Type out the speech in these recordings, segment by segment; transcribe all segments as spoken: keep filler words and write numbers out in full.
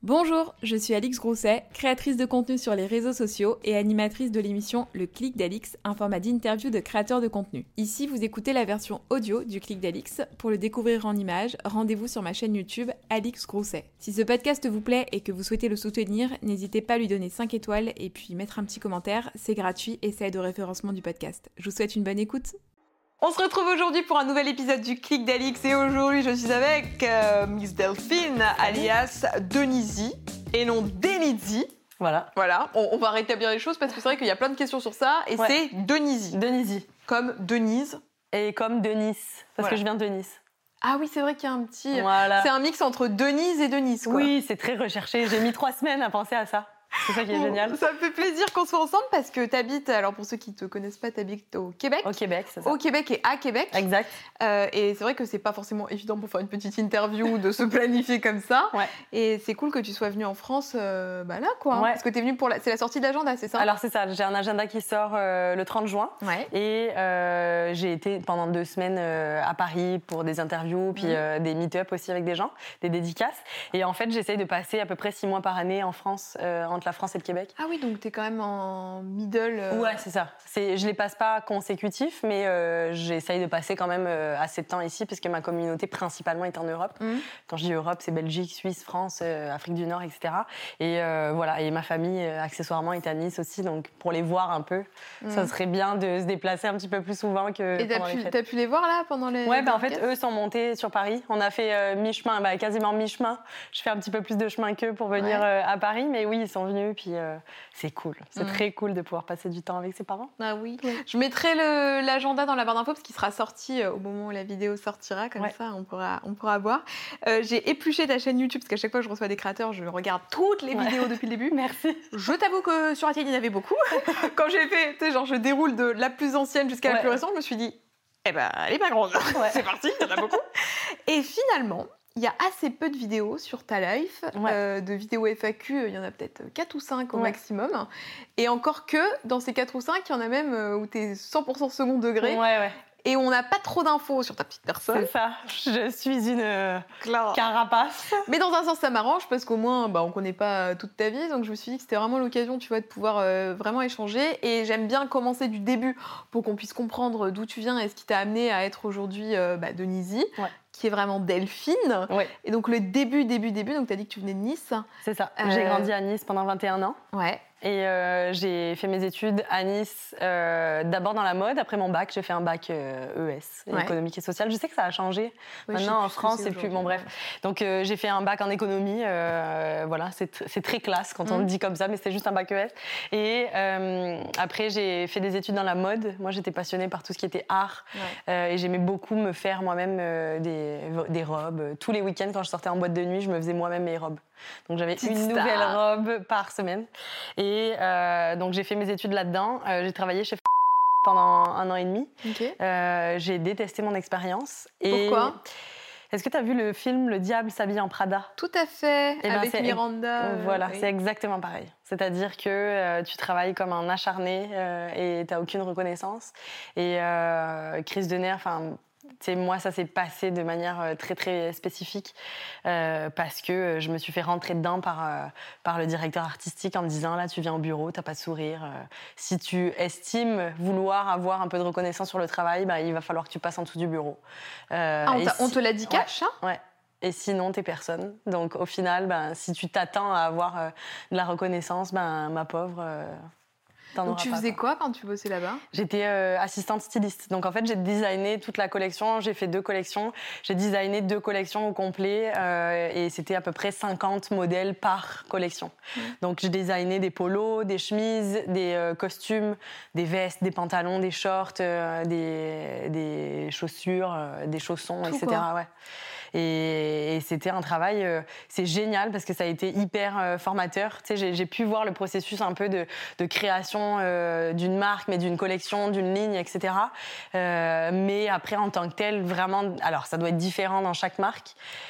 Bonjour, je suis Alix Grousset, créatrice de contenu sur les réseaux sociaux et animatrice de l'émission Le Clic d'Alix, un format d'interview de créateurs de contenu. Ici, vous écoutez la version audio du Clic d'Alix. Pour le découvrir en images, rendez-vous sur ma chaîne YouTube Alix Grousset. Si ce podcast vous plaît et que vous souhaitez le soutenir, n'hésitez pas à lui donner cinq étoiles et puis mettre un petit commentaire, c'est gratuit et ça aide au référencement du podcast. Je vous souhaite une bonne écoute. On se retrouve aujourd'hui pour un nouvel épisode du Clic d'Alix et aujourd'hui je suis avec euh, Miss Delphine alias Denisi et non Denisi. Voilà. Voilà, on, on va rétablir les choses parce que c'est vrai qu'il y a plein de questions sur ça et ouais. C'est Denisi. Denisi. Comme Denise. Et comme Denis, parce voilà. que je viens de Nice. Ah oui, c'est vrai qu'il y a un petit... Voilà. C'est un mix entre Denise et Denise, quoi. Oui, c'est très recherché. J'ai mis trois semaines à penser à ça. C'est ça qui est bon, génial. Ça me fait plaisir qu'on soit ensemble parce que t'habites, alors pour ceux qui te connaissent pas, t'habites au Québec. Au Québec, c'est ça. Au Québec et à Québec. Exact. Euh, et c'est vrai que c'est pas forcément évident pour faire une petite interview de se planifier comme ça. Ouais. Et c'est cool que tu sois venue en France, euh, bah là quoi. Ouais. Parce que t'es venue pour la, c'est la sortie de l'agenda, c'est ça? Alors c'est ça. J'ai un agenda qui sort euh, le trente juin. Ouais. Et euh, j'ai été pendant deux semaines euh, à Paris pour des interviews, puis mmh. euh, des meet-up aussi avec des gens, des dédicaces. Et en fait, j'essaye de passer à peu près six mois par année en France, euh, entre la France et le Québec. Ah oui, donc t'es quand même en middle. Euh... Ouais, c'est ça. C'est, je les passe pas consécutifs, mais euh, j'essaye de passer quand même euh, assez de temps ici, parce que ma communauté principalement est en Europe. Mmh. Quand je dis Europe, c'est Belgique, Suisse, France, euh, Afrique du Nord, et cetera. Et euh, voilà. Et ma famille, euh, accessoirement, est à Nice aussi, donc pour les voir un peu, mmh. ça serait bien de se déplacer un petit peu plus souvent que et pendant t'as les pu, fêtes. t'as pu les voir là pendant les. Ouais, bah en fait, eux sont montés sur Paris. On a fait euh, mi-chemin, bah, quasiment mi-chemin. Je fais un petit peu plus de chemin qu'eux pour venir ouais. euh, à Paris, mais oui, ils sont venus, puis euh, c'est cool. C'est mmh. très cool de pouvoir passer du temps avec ses parents. Ah oui. Ouais. Je mettrai le, l'agenda dans la barre d'infos parce qu'il sera sorti au moment où la vidéo sortira, comme ouais. ça on pourra, on pourra voir. Euh, j'ai épluché ta chaîne YouTube parce qu'à chaque fois que je reçois des créateurs, je regarde toutes les ouais. vidéos depuis le début. Merci. Je t'avoue que sur la tienne, il y en avait beaucoup. Quand j'ai fait, tu sais, genre je déroule de la plus ancienne jusqu'à ouais. la plus récente, je me suis dit, eh ben, elle est pas grande. Ouais. C'est parti, il y en a beaucoup. Et finalement, il y a assez peu de vidéos sur ta life, ouais. euh, de vidéos F A Q, il y en a peut-être quatre ou cinq au ouais. maximum. Et encore que, dans ces quatre ou cinq, il y en a même où tu es cent pour cent second degré. Ouais, ouais. Et on n'a pas trop d'infos sur ta petite personne. C'est ça, je suis une euh, carapace. Mais dans un sens, ça m'arrange parce qu'au moins, bah, on ne connaît pas toute ta vie. Donc je me suis dit que c'était vraiment l'occasion, tu vois, de pouvoir euh, vraiment échanger. Et j'aime bien commencer du début pour qu'on puisse comprendre d'où tu viens et ce qui t'a amené à être aujourd'hui euh, bah, Denisi. Ouais. Qui est vraiment Delphine. Ouais. Et donc le début, début, début, donc tu as dit que tu venais de Nice. C'est ça, euh... j'ai grandi à Nice pendant vingt et un ans. Ouais. Et euh, j'ai fait mes études à Nice, euh, d'abord dans la mode. Après mon bac, j'ai fait un bac euh, E S, ouais. économique et social. Je sais que ça a changé. Oui, Maintenant, en France, c'est plus... Bon, bref. Donc, euh, j'ai fait un bac en économie. Euh, voilà, c'est, tr- c'est très classe quand mmh. on le dit comme ça, mais c'était juste un bac E S. Et euh, après, j'ai fait des études dans la mode. Moi, j'étais passionnée par tout ce qui était art. Ouais. Euh, et j'aimais beaucoup me faire moi-même euh, des, des robes. Tous les week-ends, quand je sortais en boîte de nuit, je me faisais moi-même mes robes. Donc, j'avais Petite une star. nouvelle robe par semaine. Et euh, donc, j'ai fait mes études là-dedans. Euh, j'ai travaillé chez pendant un an et demi. Okay. Euh, j'ai détesté mon expérience. Et pourquoi ? Est-ce que tu as vu le film Le diable s'habille en Prada ? Tout à fait, et avec ben Miranda. Euh, voilà, oui. c'est exactement pareil. C'est-à-dire que euh, tu travailles comme un acharné euh, et tu n'as aucune reconnaissance. Et euh, crise de nerfs, enfin... Tu sais, moi, ça s'est passé de manière très, très spécifique euh, parce que je me suis fait rentrer dedans par, euh, par le directeur artistique en me disant « Là, tu viens au bureau, t'as pas de sourire. Euh, si tu estimes vouloir avoir un peu de reconnaissance sur le travail, bah, il va falloir que tu passes en dessous du bureau. Euh, » Ah, on, si... on te l'a dit cash, ouais, hein ? Ouais. Et sinon, t'es personne. Donc, au final, ben, si tu t'attends à avoir euh, de la reconnaissance, ben, ma pauvre... Euh, Donc tu pas, faisais quoi. quoi quand tu bossais là-bas ? J'étais euh, assistante styliste. Donc en fait, j'ai designé toute la collection. J'ai fait deux collections. J'ai designé deux collections au complet euh, et c'était à peu près cinquante modèles par collection. Mmh. Donc j'ai designé des polos, des chemises, des euh, costumes, des vestes, des pantalons, des shorts, euh, des, des chaussures, euh, des chaussons, Tout et cetera. Ouais. Et, et c'était un travail, euh, c'est génial parce que ça a été hyper euh, formateur. Tu sais, j'ai, j'ai pu voir le processus un peu de, de création euh, d'une marque, mais d'une collection, d'une ligne, et cetera. Euh, mais après, en tant que tel, vraiment, alors ça doit être différent dans chaque marque.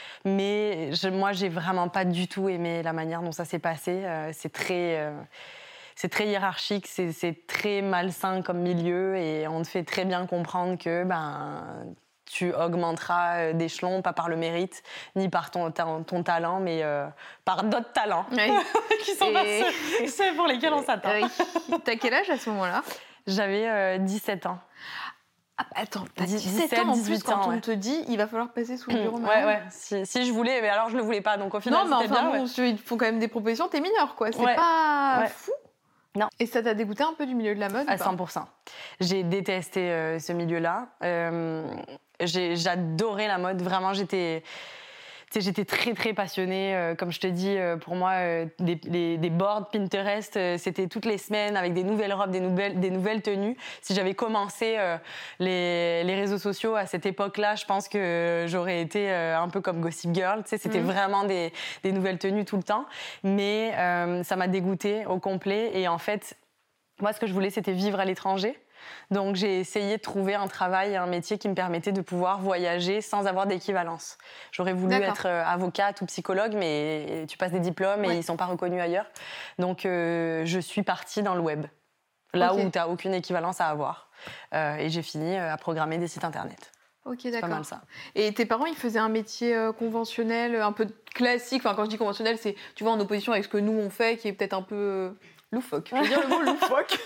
Mais je, moi, j'ai vraiment pas du tout aimé la manière dont ça s'est passé. Euh, c'est très... Euh, C'est très hiérarchique, c'est, c'est très malsain comme milieu et on te fait très bien comprendre que ben, tu augmenteras d'échelon, pas par le mérite, ni par ton, ton, ton talent, mais euh, par d'autres talents oui. qui sont et... pas ceux, ceux pour lesquels on s'attend. Euh, t'as quel âge à ce moment-là? J'avais euh, dix-sept ans. Ah bah attends, t'as dix-sept ans en plus quand ans, on ouais. te dit il va falloir passer sous le bureau. Ouais, ouais. Si, si je voulais, mais alors je le voulais pas, donc au final non, mais c'était enfin, bien. Bon, ouais. Ils font quand même des propositions, t'es mineur quoi, c'est ouais. pas ouais. fou. Non. Et ça t'a dégoûté un peu du milieu de la mode? À cent pour cent. J'ai détesté euh, ce milieu-là. Euh, j'ai, j'adorais la mode. Vraiment, j'étais, j'étais très, très passionnée. Euh, comme je te dis, euh, pour moi, euh, des, les, des boards Pinterest, euh, c'était toutes les semaines avec des nouvelles robes, des nouvelles, des nouvelles tenues. Si j'avais commencé euh, les, les réseaux sociaux à cette époque-là, je pense que j'aurais été euh, un peu comme Gossip Girl. Tu sais, c'était mmh. vraiment des, des nouvelles tenues tout le temps. Mais euh, ça m'a dégoûtée au complet. Et en fait, moi, ce que je voulais, c'était vivre à l'étranger. Donc, j'ai essayé de trouver un travail, un métier qui me permettait de pouvoir voyager sans avoir d'équivalence. J'aurais voulu D'accord. être euh, avocate ou psychologue, mais tu passes des diplômes et ouais. ils ne sont pas reconnus ailleurs. Donc, euh, je suis partie dans le web, là okay. où tu n'as aucune équivalence à avoir. Euh, et j'ai fini à programmer des sites Internet. Ok, c'est d'accord. pas mal ça. Et tes parents, ils faisaient un métier euh, conventionnel, un peu classique. Enfin, quand je dis conventionnel, c'est, tu vois, en opposition avec ce que nous on fait, qui est peut-être un peu euh, loufoque. Je veux dire le mot loufoque.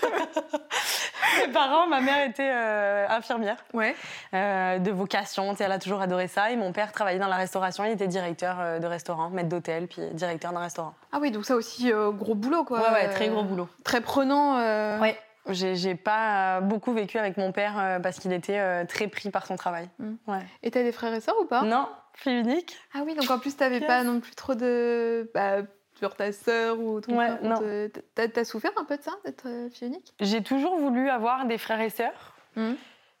Mes parents, ma mère était euh, infirmière, ouais. euh, de vocation. Elle a toujours adoré ça. Et mon père travaillait dans la restauration. Il était directeur euh, de restaurant, maître d'hôtel, puis directeur d'un restaurant. Ah oui, donc ça aussi euh, gros boulot, quoi. Ouais, ouais, très gros boulot. Très prenant. Euh... Ouais. J'ai, j'ai pas beaucoup vécu avec mon père euh, parce qu'il était euh, très pris par son travail. Mmh. Ouais. Et t'as des frères et sœurs ou pas? Non, fille unique. Ah oui, donc en plus t'avais yes. pas non plus trop de... Bah, sur ta sœur ou ton ouais, frère non. Te... T'as, t'as souffert un peu de ça, d'être fille unique? J'ai toujours voulu avoir des frères et sœurs. Mmh.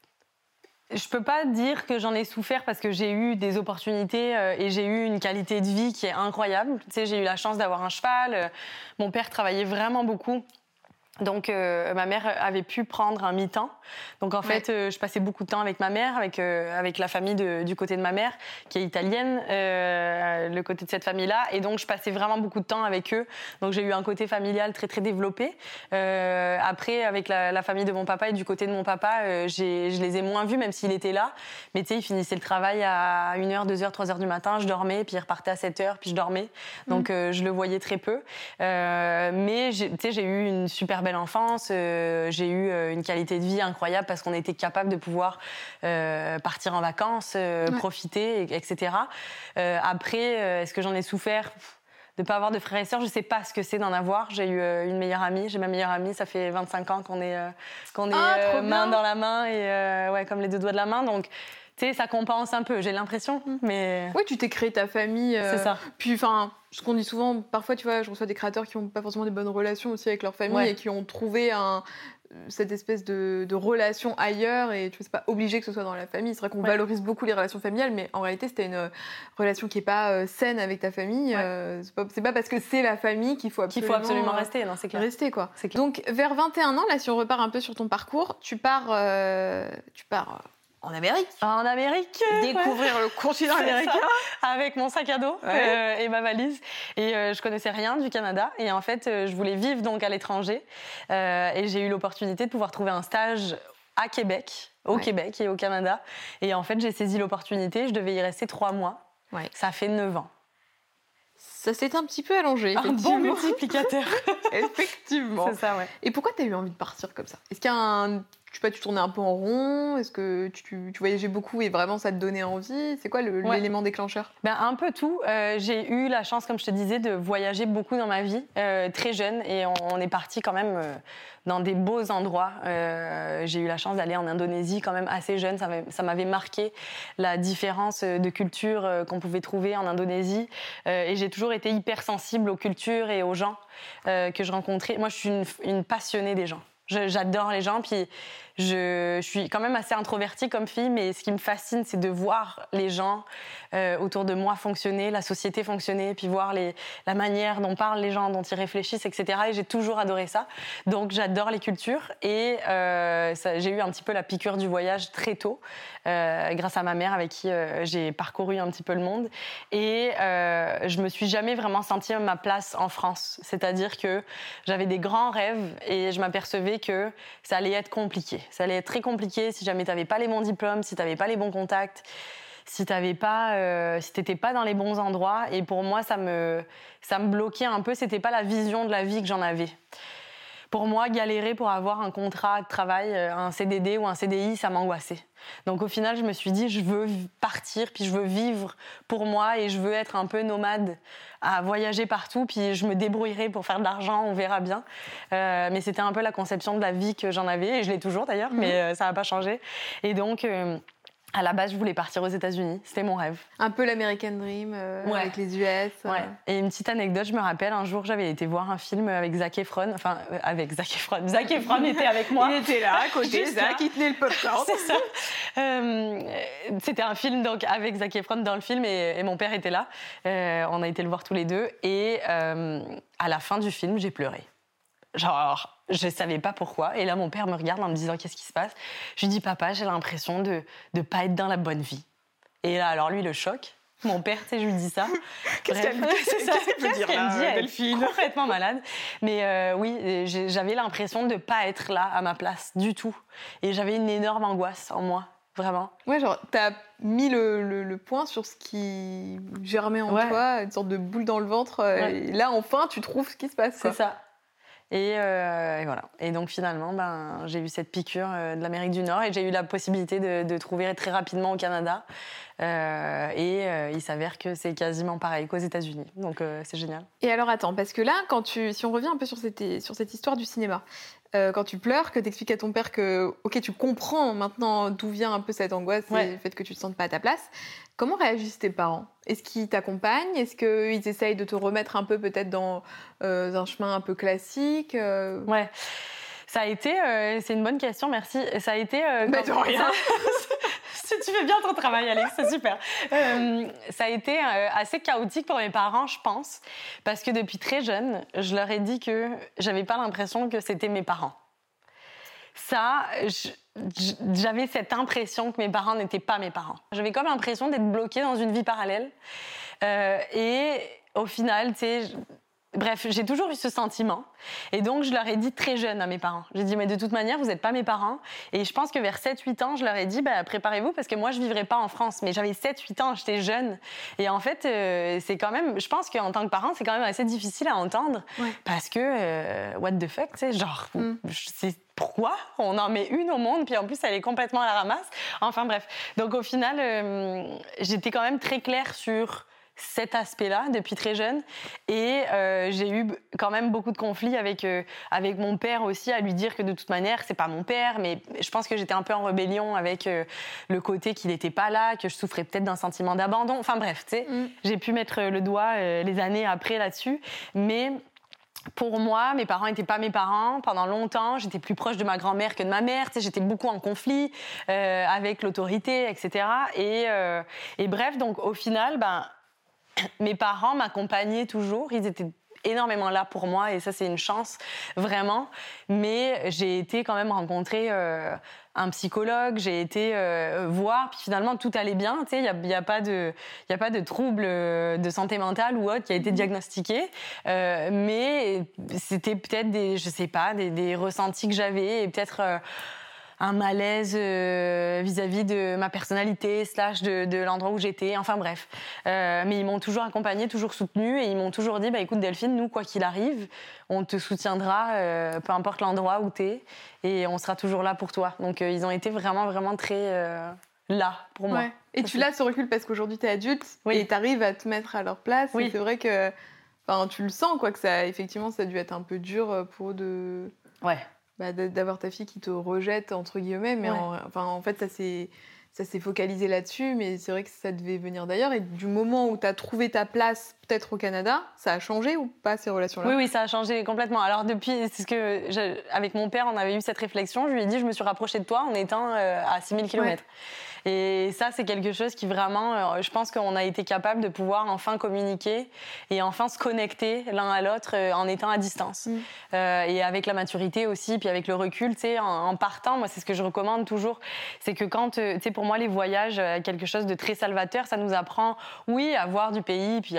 Je peux pas dire que j'en ai souffert parce que j'ai eu des opportunités euh, et j'ai eu une qualité de vie qui est incroyable. Tu sais, j'ai eu la chance d'avoir un cheval. Euh, mon père travaillait vraiment beaucoup. Donc, euh, ma mère avait pu prendre un mi-temps. Donc, en ouais. fait, euh, je passais beaucoup de temps avec ma mère, avec, euh, avec la famille de, du côté de ma mère, qui est italienne, euh, le côté de cette famille-là. Et donc, je passais vraiment beaucoup de temps avec eux. Donc, j'ai eu un côté familial très, très développé. Euh, après, avec la, la famille de mon papa et du côté de mon papa, euh, j'ai, je les ai moins vus, même s'il était là. Mais tu sais, il finissait le travail à une heure, deux heures, trois heures du matin. Je dormais, puis il repartait à sept heures, puis je dormais. Donc, mmh. euh, je le voyais très peu. Euh, mais, tu sais, j'ai eu une super belle enfance, euh, j'ai eu euh, une qualité de vie incroyable parce qu'on était capable de pouvoir euh, partir en vacances, euh, ouais. profiter, et cetera. Euh, après, euh, est-ce que j'en ai souffert de ne pas avoir de frères et sœurs? Je ne sais pas ce que c'est d'en avoir. J'ai eu euh, une meilleure amie. J'ai ma meilleure amie. Ça fait vingt-cinq ans qu'on est, euh, qu'on est ah, euh, main dans la main et euh, ouais, comme les deux doigts de la main. Donc, tu sais, ça compense un peu, j'ai l'impression. Mais... Oui, tu t'es créé ta famille. Euh, c'est ça. Puis, enfin, ce qu'on dit souvent, parfois, tu vois, je reçois des créateurs qui n'ont pas forcément des bonnes relations aussi avec leur famille ouais. et qui ont trouvé un, cette espèce de, de relation ailleurs. Et tu vois, c'est pas obligé que ce soit dans la famille. C'est vrai qu'on ouais. valorise beaucoup les relations familiales, mais en réalité, c'était une relation qui n'est pas euh, saine avec ta famille. Ouais. Euh, c'est, pas, c'est pas parce que c'est la famille qu'il faut absolument, qu'il faut absolument rester. Non, c'est clair. Rester, quoi. C'est clair. Donc, vers vingt et un ans, là, si on repart un peu sur ton parcours, tu pars... Euh, tu pars en Amérique. En Amérique. Découvrir ouais. le continent américain. Avec mon sac à dos ouais. euh, et ma valise. Et euh, je connaissais rien du Canada. Et en fait, euh, je voulais vivre donc à l'étranger. Euh, et j'ai eu l'opportunité de pouvoir trouver un stage à Québec, au ouais. Québec et au Canada. Et en fait, j'ai saisi l'opportunité. Je devais y rester trois mois. Ouais. Ça fait neuf ans. Ça s'est un petit peu allongé. Un bon multiplicateur. Effectivement. C'est ça, ouais. Et pourquoi tu as eu envie de partir comme ça? Est-ce qu'il y a un... Je sais pas, tu tournais un peu en rond? Est-ce que tu, tu voyageais beaucoup et vraiment ça te donnait envie? C'est quoi le, ouais. l'élément déclencheur? Ben, un peu tout. Euh, j'ai eu la chance, comme je te disais, de voyager beaucoup dans ma vie, euh, très jeune. Et on, on est parti quand même euh, dans des beaux endroits. Euh, j'ai eu la chance d'aller en Indonésie quand même assez jeune. Ça m'avait, ça m'avait marqué la différence de culture euh, qu'on pouvait trouver en Indonésie. Euh, et j'ai toujours été hyper sensible aux cultures et aux gens euh, que je rencontrais. Moi, je suis une, une passionnée des gens. Je, j'adore les gens, puis je, je suis quand même assez introvertie comme fille, mais ce qui me fascine, c'est de voir les gens euh, autour de moi fonctionner, la société fonctionner, puis voir les, la manière dont parlent les gens, dont ils réfléchissent, et cetera. Et j'ai toujours adoré ça. Donc j'adore les cultures et euh, ça, j'ai eu un petit peu la piqûre du voyage très tôt, euh, grâce à ma mère avec qui euh, j'ai parcouru un petit peu le monde. Et euh, je me suis jamais vraiment sentie à ma place en France. C'est-à-dire que j'avais des grands rêves et je m'apercevais que ça allait être compliqué. Ça allait être très compliqué si jamais t'avais pas les bons diplômes, si t'avais pas les bons contacts, si t'avais pas, euh, si t'étais pas dans les bons endroits. Et pour moi, ça me, ça me bloquait un peu. C'était pas la vision de la vie que j'en avais. Pour moi, galérer pour avoir un contrat de travail, un C D D ou un C D I, ça m'angoissait. Donc au final, je me suis dit, je veux partir, puis je veux vivre pour moi et je veux être un peu nomade, à voyager partout, puis je me débrouillerai pour faire de l'argent, on verra bien. Euh, mais c'était un peu la conception de la vie que j'en avais, et je l'ai toujours d'ailleurs, mmh. mais euh, ça n'a pas changé. Et donc... Euh, À la base, je voulais partir aux États-Unis. C'était mon rêve. Un peu l'American Dream euh, ouais. avec les U S. Euh... Ouais. Et une petite anecdote, je me rappelle, un jour, j'avais été voir un film avec Zac Efron. Enfin, euh, avec Zac Efron. Zac Efron était avec moi. Il était là, à côté. Zac, il tenait le popcorn. C'est ça. Euh, c'était un film donc, avec Zac Efron dans le film et, et mon père était là. Euh, on a été le voir tous les deux. Et euh, à la fin du film, j'ai pleuré. Genre, je savais pas pourquoi. Et là, mon père me regarde en me disant « Qu'est-ce qui se passe ?» Je lui dis « Papa, j'ai l'impression de ne pas être dans la bonne vie. » Et là, alors lui, le choc. Mon père, tu sais, je lui dis ça. Qu'est-ce qu'elle peut dire là, me dit, Delphine ? Complètement malade. Mais euh, oui, j'avais l'impression de ne pas être là, à ma place, du tout. Et j'avais une énorme angoisse en moi. Vraiment. Ouais, genre, t'as mis le, le, le point sur ce qui germait en ouais. toi, une sorte de boule dans le ventre. Ouais. Et là, enfin, tu trouves ce qui se passe. C'est ça. Et, euh, et voilà. Et donc finalement, ben, j'ai eu cette piqûre euh, de l'Amérique du Nord et j'ai eu la possibilité de, de trouver très rapidement au Canada. Euh, et euh, il s'avère que c'est quasiment pareil qu'aux États-Unis. Donc euh, c'est génial. Et alors attends, parce que là, quand tu, si on revient un peu sur cette, sur cette histoire du cinéma, euh, quand tu pleures, que tu expliques à ton père que, ok, tu comprends maintenant d'où vient un peu cette angoisse ouais. et le fait que tu te sentes pas à ta place, comment réagissent tes parents ? Est-ce qu'ils t'accompagnent ? Est-ce qu'ils essayent de te remettre un peu peut-être dans euh, un chemin un peu classique euh... Ouais, ça a été, euh, c'est une bonne question, merci. Ça a été... Euh, bah, de rien. Tu fais bien ton travail, Alex, c'est super. Euh, ça a été euh, assez chaotique pour mes parents, je pense, parce que depuis très jeune, je leur ai dit que j'avais pas l'impression que c'était mes parents. Ça, je, j'avais cette impression que mes parents n'étaient pas mes parents. J'avais comme l'impression d'être bloquée dans une vie parallèle. Euh, et au final, tu sais... Bref, j'ai toujours eu ce sentiment. Et donc, je leur ai dit très jeune à mes parents. J'ai dit, mais de toute manière, vous n'êtes pas mes parents. Et je pense que vers sept huit ans, je leur ai dit, bah, préparez-vous parce que moi, je ne vivrai pas en France. Mais j'avais sept huit ans, j'étais jeune. Et en fait, euh, c'est quand même, je pense qu'en tant que parent, c'est quand même assez difficile à entendre. Ouais. Parce que, euh, what the fuck, tu sais, genre, mm. c'est pourquoi on en met une au monde, puis en plus, elle est complètement à la ramasse. Enfin, bref. Donc, au final, euh, j'étais quand même très claire sur cet aspect-là depuis très jeune et euh, j'ai eu quand même beaucoup de conflits avec euh, avec mon père aussi à lui dire que de toute manière c'est pas mon père, mais je pense que j'étais un peu en rébellion avec euh, le côté qu'il n'était pas là, que je souffrais peut-être d'un sentiment d'abandon, enfin bref, tu sais, mm. j'ai pu mettre le doigt euh, les années après là-dessus, mais pour moi, mes parents n'étaient pas mes parents. Pendant longtemps, j'étais plus proche de ma grand-mère que de ma mère. Tu sais, j'étais beaucoup en conflit euh, avec l'autorité, et cetera. Et, euh, et bref, donc au final, ben mes parents m'accompagnaient toujours, ils étaient énormément là pour moi et ça c'est une chance vraiment, mais j'ai été quand même rencontrer euh, un psychologue, j'ai été euh, voir, puis finalement tout allait bien, tu sais, il y a, y a pas de il y a pas de trouble de santé mentale ou autre qui a été diagnostiqué, euh, mais c'était peut-être des je sais pas des, des ressentis que j'avais et peut-être euh, un malaise euh, vis-à-vis de ma personnalité, slash de, de l'endroit où j'étais, enfin bref. Euh, mais ils m'ont toujours accompagnée, toujours soutenue, et ils m'ont toujours dit, bah écoute Delphine, nous, quoi qu'il arrive, on te soutiendra, euh, peu importe l'endroit où t'es, et on sera toujours là pour toi. Donc euh, ils ont été vraiment, vraiment très euh, là pour moi. Ouais. Et tu l'as ce recul parce qu'aujourd'hui t'es adulte, oui. et t'arrives à te mettre à leur place, oui. et c'est vrai que, enfin, tu le sens, quoi, que ça, effectivement, ça a dû être un peu dur pour eux de... Ouais. Bah, d'avoir ta fille qui te rejette, entre guillemets, mais ouais. en, enfin, en fait, ça s'est, ça s'est focalisé là-dessus, mais c'est vrai que ça devait venir d'ailleurs. Et du moment où tu as trouvé ta place, peut-être au Canada, ça a changé ou pas, ces relations-là ? Oui, oui, ça a changé complètement. Alors, depuis, c'est ce que avec mon père, on avait eu cette réflexion. Je lui ai dit, je me suis rapprochée de toi en étant euh, à six mille kilomètres. Ouais. Et ça, c'est quelque chose qui vraiment, euh, je pense qu'on a été capable de pouvoir enfin communiquer et enfin se connecter l'un à l'autre euh, en étant à distance. Mmh. Euh, et avec la maturité aussi, puis avec le recul, tu sais, en, en partant, moi, c'est ce que je recommande toujours, c'est que quand, tu sais, pour moi, les voyages, euh, quelque chose de très salvateur, ça nous apprend, oui, à voir du pays, puis à voir d'autres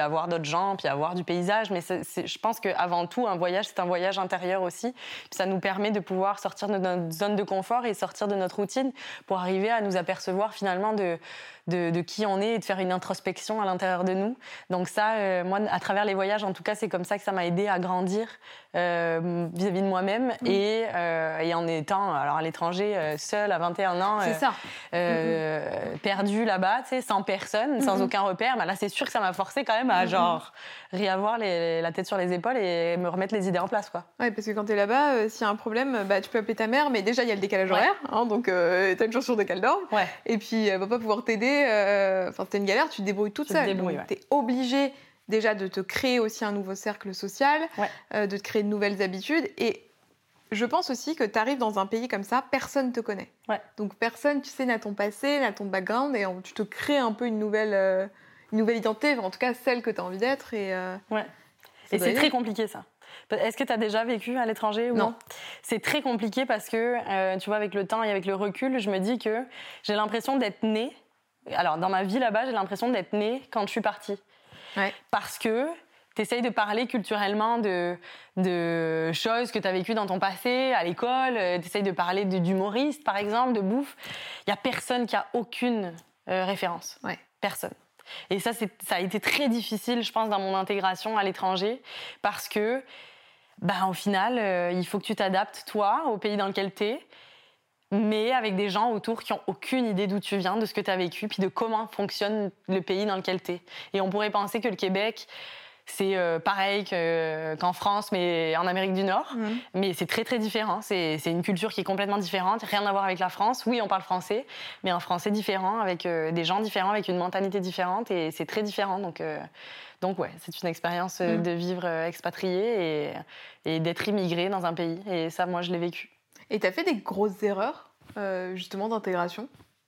d'autres gens, puis à voir du paysage. Mais c'est, c'est, je pense qu'avant tout, un voyage, c'est un voyage intérieur aussi. Puis ça nous permet de pouvoir sortir de notre zone de confort et sortir de notre routine pour arriver à nous apercevoir finalement de, de, de qui on est et de faire une introspection à l'intérieur de nous. Donc ça, euh, moi, à travers les voyages, en tout cas, c'est comme ça que ça m'a aidé à grandir euh, vis-à-vis de moi-même mmh. et, euh, et en étant alors à l'étranger, euh, seule à vingt et un ans, c'est euh, ça. Euh, mmh. perdue là-bas, tu sais, sans personne, mmh. sans aucun repère. Mais là, c'est sûr que ça m'a forcé quand même à mmh. genre réavoir les, la tête sur les épaules et me remettre les idées en place, quoi. Ouais, parce que quand t'es là-bas, euh, s'il y a un problème, bah tu peux appeler ta mère, mais déjà il y a le décalage ouais. horaire, hein, donc euh, t'as une chance sur deux qu'elle dorme. Ouais. Et puis elle va pas pouvoir t'aider. Enfin, euh, c'était une galère, tu te débrouilles toute tu seule. Débrouilles, donc ouais. t'es obligée déjà de te créer aussi un nouveau cercle social, ouais. euh, de te créer de nouvelles habitudes. Et je pense aussi que t'arrives dans un pays comme ça, personne te connaît. Ouais. Donc personne, tu sais, n'a ton passé, n'a ton background, et tu te crées un peu une nouvelle, euh, une nouvelle identité, en tout cas celle que t'as envie d'être. Et, euh, ouais. et c'est très compliqué ça. Est-ce que tu as déjà vécu à l'étranger ou non, non C'est très compliqué parce que, euh, tu vois, avec le temps et avec le recul, je me dis que j'ai l'impression d'être née. Alors, dans ma vie là-bas, j'ai l'impression d'être née quand je suis partie. Ouais. Parce que tu essayes de parler culturellement de, de choses que tu as vécues dans ton passé, à l'école. Tu essayes de parler de, d'humoriste, par exemple, de bouffe. Il n'y a personne qui a aucune euh, référence. Ouais. Personne. Et ça, c'est, ça a été très difficile, je pense, dans mon intégration à l'étranger parce que, bah, au final, euh, il faut que tu t'adaptes, toi, au pays dans lequel tu es, mais avec des gens autour qui n'ont aucune idée d'où tu viens, de ce que tu as vécu, puis de comment fonctionne le pays dans lequel tu es. Et on pourrait penser que le Québec, c'est euh, pareil que, qu'en France, mais en Amérique du Nord. Mmh. Mais c'est très, très différent. C'est, c'est une culture qui est complètement différente, rien à voir avec la France. Oui, on parle français, mais un français différent, avec euh, des gens différents, avec une mentalité différente, et c'est très différent. Donc, euh, donc ouais, c'est une expérience euh, mmh. de vivre euh, expatrié et, et d'être immigré dans un pays. Et ça, moi, je l'ai vécu. Et t'as fait des grosses erreurs, euh, justement, d'intégration ?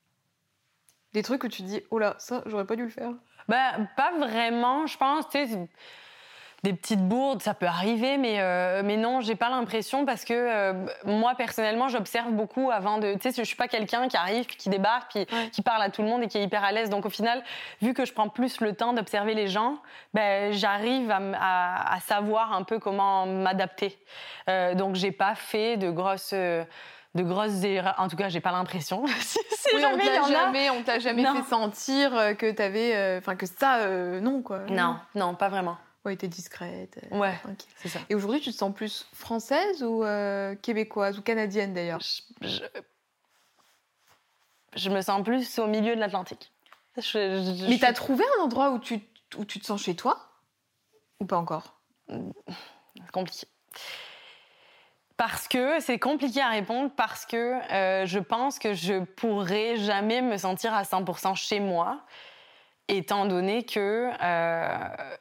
Des trucs où tu te dis, oh là, ça, j'aurais pas dû le faire. Ben, pas vraiment, je pense. Tu sais, des petites bourdes, ça peut arriver, mais, euh, mais non, j'ai pas l'impression parce que euh, moi, personnellement, j'observe beaucoup avant de... Tu sais, je suis pas quelqu'un qui arrive, puis qui débarque, puis ouais. qui parle à tout le monde et qui est hyper à l'aise. Donc, au final, vu que je prends plus le temps d'observer les gens, ben, j'arrive à, à, à savoir un peu comment m'adapter. Euh, donc, j'ai pas fait de grosses... Euh, de grosses erreurs. En tout cas, j'ai pas l'impression. si si oui, jamais, on t'a y en jamais, a... on t'a jamais non. fait sentir que t'avais, enfin euh, que ça, euh, non quoi. Non, non, pas vraiment. Ouais, t'es discrète. Euh, ouais, tranquille. C'est ça. Et aujourd'hui, tu te sens plus française ou euh, québécoise ou canadienne d'ailleurs ? je, je, je me sens plus au milieu de l'Atlantique. Je, je, Mais je... t'as trouvé un endroit où tu où tu te sens chez toi ou pas encore ? C'est compliqué. Parce que c'est compliqué à répondre, parce que euh, je pense que je pourrais jamais me sentir à cent pour cent chez moi, étant donné que... Euh,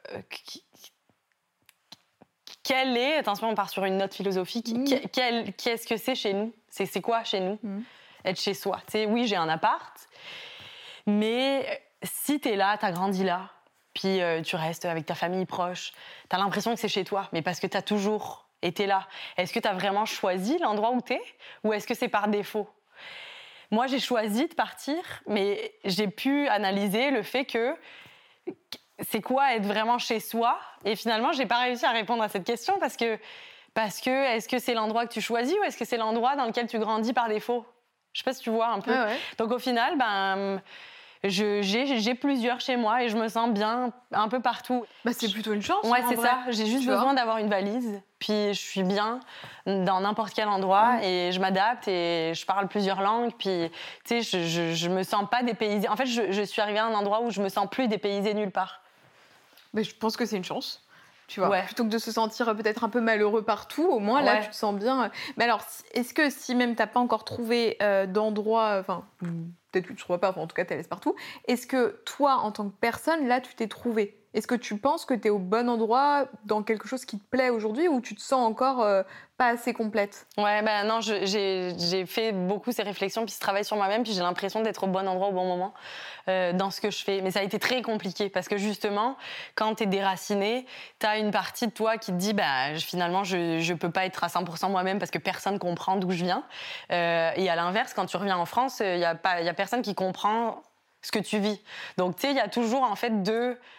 quelle est... Attention, on part sur une note philosophique. Mmh. Quel, qu'est-ce que c'est chez nous ? C'est, c'est quoi chez nous ? Mmh. Être chez soi. Tu sais, oui, j'ai un appart, mais si t'es là, t'as grandi là, puis euh, tu restes avec ta famille proche, t'as l'impression que c'est chez toi, mais parce que t'as toujours... et t'es là. Est-ce que t'as vraiment choisi l'endroit où t'es ou est-ce que c'est par défaut ? Moi, j'ai choisi de partir, mais j'ai pu analyser le fait que c'est quoi être vraiment chez soi ? Et finalement, j'ai pas réussi à répondre à cette question parce que, parce que est-ce que c'est l'endroit que tu choisis ou est-ce que c'est l'endroit dans lequel tu grandis par défaut ? Je sais pas si tu vois un peu. Ah ouais. Donc au final, ben... Je, j'ai, j'ai plusieurs chez moi et je me sens bien un peu partout. Bah, c'est plutôt une chance. Ouais, c'est vrai. ça. J'ai juste tu besoin vois. d'avoir une valise. Puis je suis bien dans n'importe quel endroit mmh. et je m'adapte et je parle plusieurs langues. Puis, tu sais, je, je, je me sens pas dépaysée. En fait, je, je suis arrivée à un endroit où je me sens plus dépaysée nulle part. Mais je pense que c'est une chance. Tu vois, ouais. plutôt que de se sentir peut-être un peu malheureux partout, au moins là, ouais. tu te sens bien. Mais alors, est-ce que si même t'as pas encore trouvé euh, d'endroit, enfin, peut-être que tu ne trouves pas, enfin, en tout cas, t'es à l'aise partout, est-ce que toi, en tant que personne, là, tu t'es trouvé ? Est-ce que tu penses que t'es au bon endroit dans quelque chose qui te plaît aujourd'hui ou tu te sens encore euh, pas assez complète ? Ouais, ben non, je, j'ai, j'ai fait beaucoup ces réflexions puis ce travail sur moi-même puis j'ai l'impression d'être au bon endroit au bon moment euh, dans ce que je fais. Mais ça a été très compliqué parce que justement, quand t'es déraciné, t'as une partie de toi qui te dit bah, finalement, je, je peux pas être à cent pour cent moi-même parce que personne comprend d'où je viens. Euh, et à l'inverse, quand tu reviens en France, il y a pas, il y a personne qui comprend ce que tu vis. Donc, tu sais, il y a toujours en fait deux...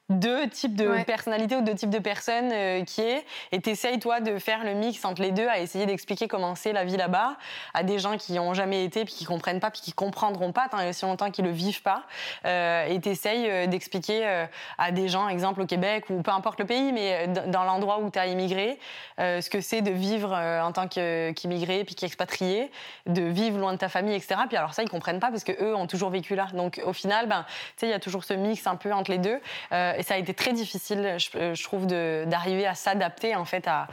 deux types de ouais. personnalités ou deux types de personnes euh, qui est, et t'essayes toi de faire le mix entre les deux, à essayer d'expliquer comment c'est la vie là-bas à des gens qui ont jamais été puis qui comprennent pas puis qui comprendront pas tant et aussi longtemps qu'ils le vivent pas, euh, et t'essayes euh, d'expliquer euh, à des gens, exemple au Québec ou peu importe le pays, mais d- dans l'endroit où t'as immigré, euh, ce que c'est de vivre euh, en tant que, qu'immigré puis qu'expatrié, de vivre loin de ta famille, et cetera. Puis alors ça ils comprennent pas parce que eux ont toujours vécu là, donc au final ben tu sais il y a toujours ce mix un peu entre les deux. Euh, Et ça a été très difficile, je, je trouve, de, d'arriver à s'adapter, en fait, à,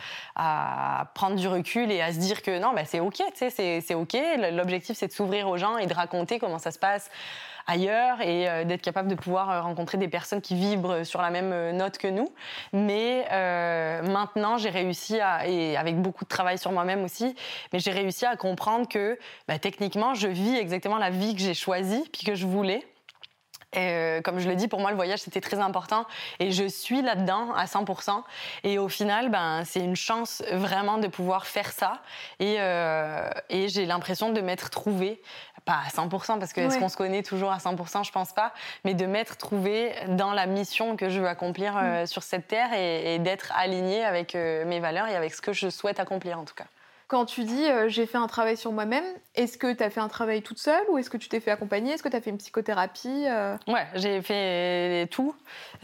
à prendre du recul et à se dire que non, bah, c'est OK, tu sais, c'est, c'est OK. L'objectif, c'est de s'ouvrir aux gens et de raconter comment ça se passe ailleurs et euh, d'être capable de pouvoir rencontrer des personnes qui vibrent sur la même note que nous. Mais euh, maintenant, j'ai réussi à, et avec beaucoup de travail sur moi-même aussi, mais j'ai réussi à comprendre que bah, techniquement, je vis exactement la vie que j'ai choisie puis que je voulais. Et euh, comme je le dis, pour moi, le voyage, c'était très important. Et je suis là-dedans à cent pour cent. Et au final, ben, c'est une chance vraiment de pouvoir faire ça. Et, euh, et j'ai l'impression de m'être trouvée, pas à cent pour cent, parce que ouais. Est-ce qu'on se connaît toujours à cent pour cent, je pense pas, mais de m'être trouvée dans la mission que je veux accomplir euh, mmh. sur cette terre et, et d'être alignée avec euh, mes valeurs et avec ce que je souhaite accomplir, en tout cas. Quand tu dis euh, j'ai fait un travail sur moi-même, est-ce que tu as fait un travail toute seule ou est-ce que tu t'es fait accompagner? Est-ce que tu as fait une psychothérapie euh... Ouais, j'ai fait tout.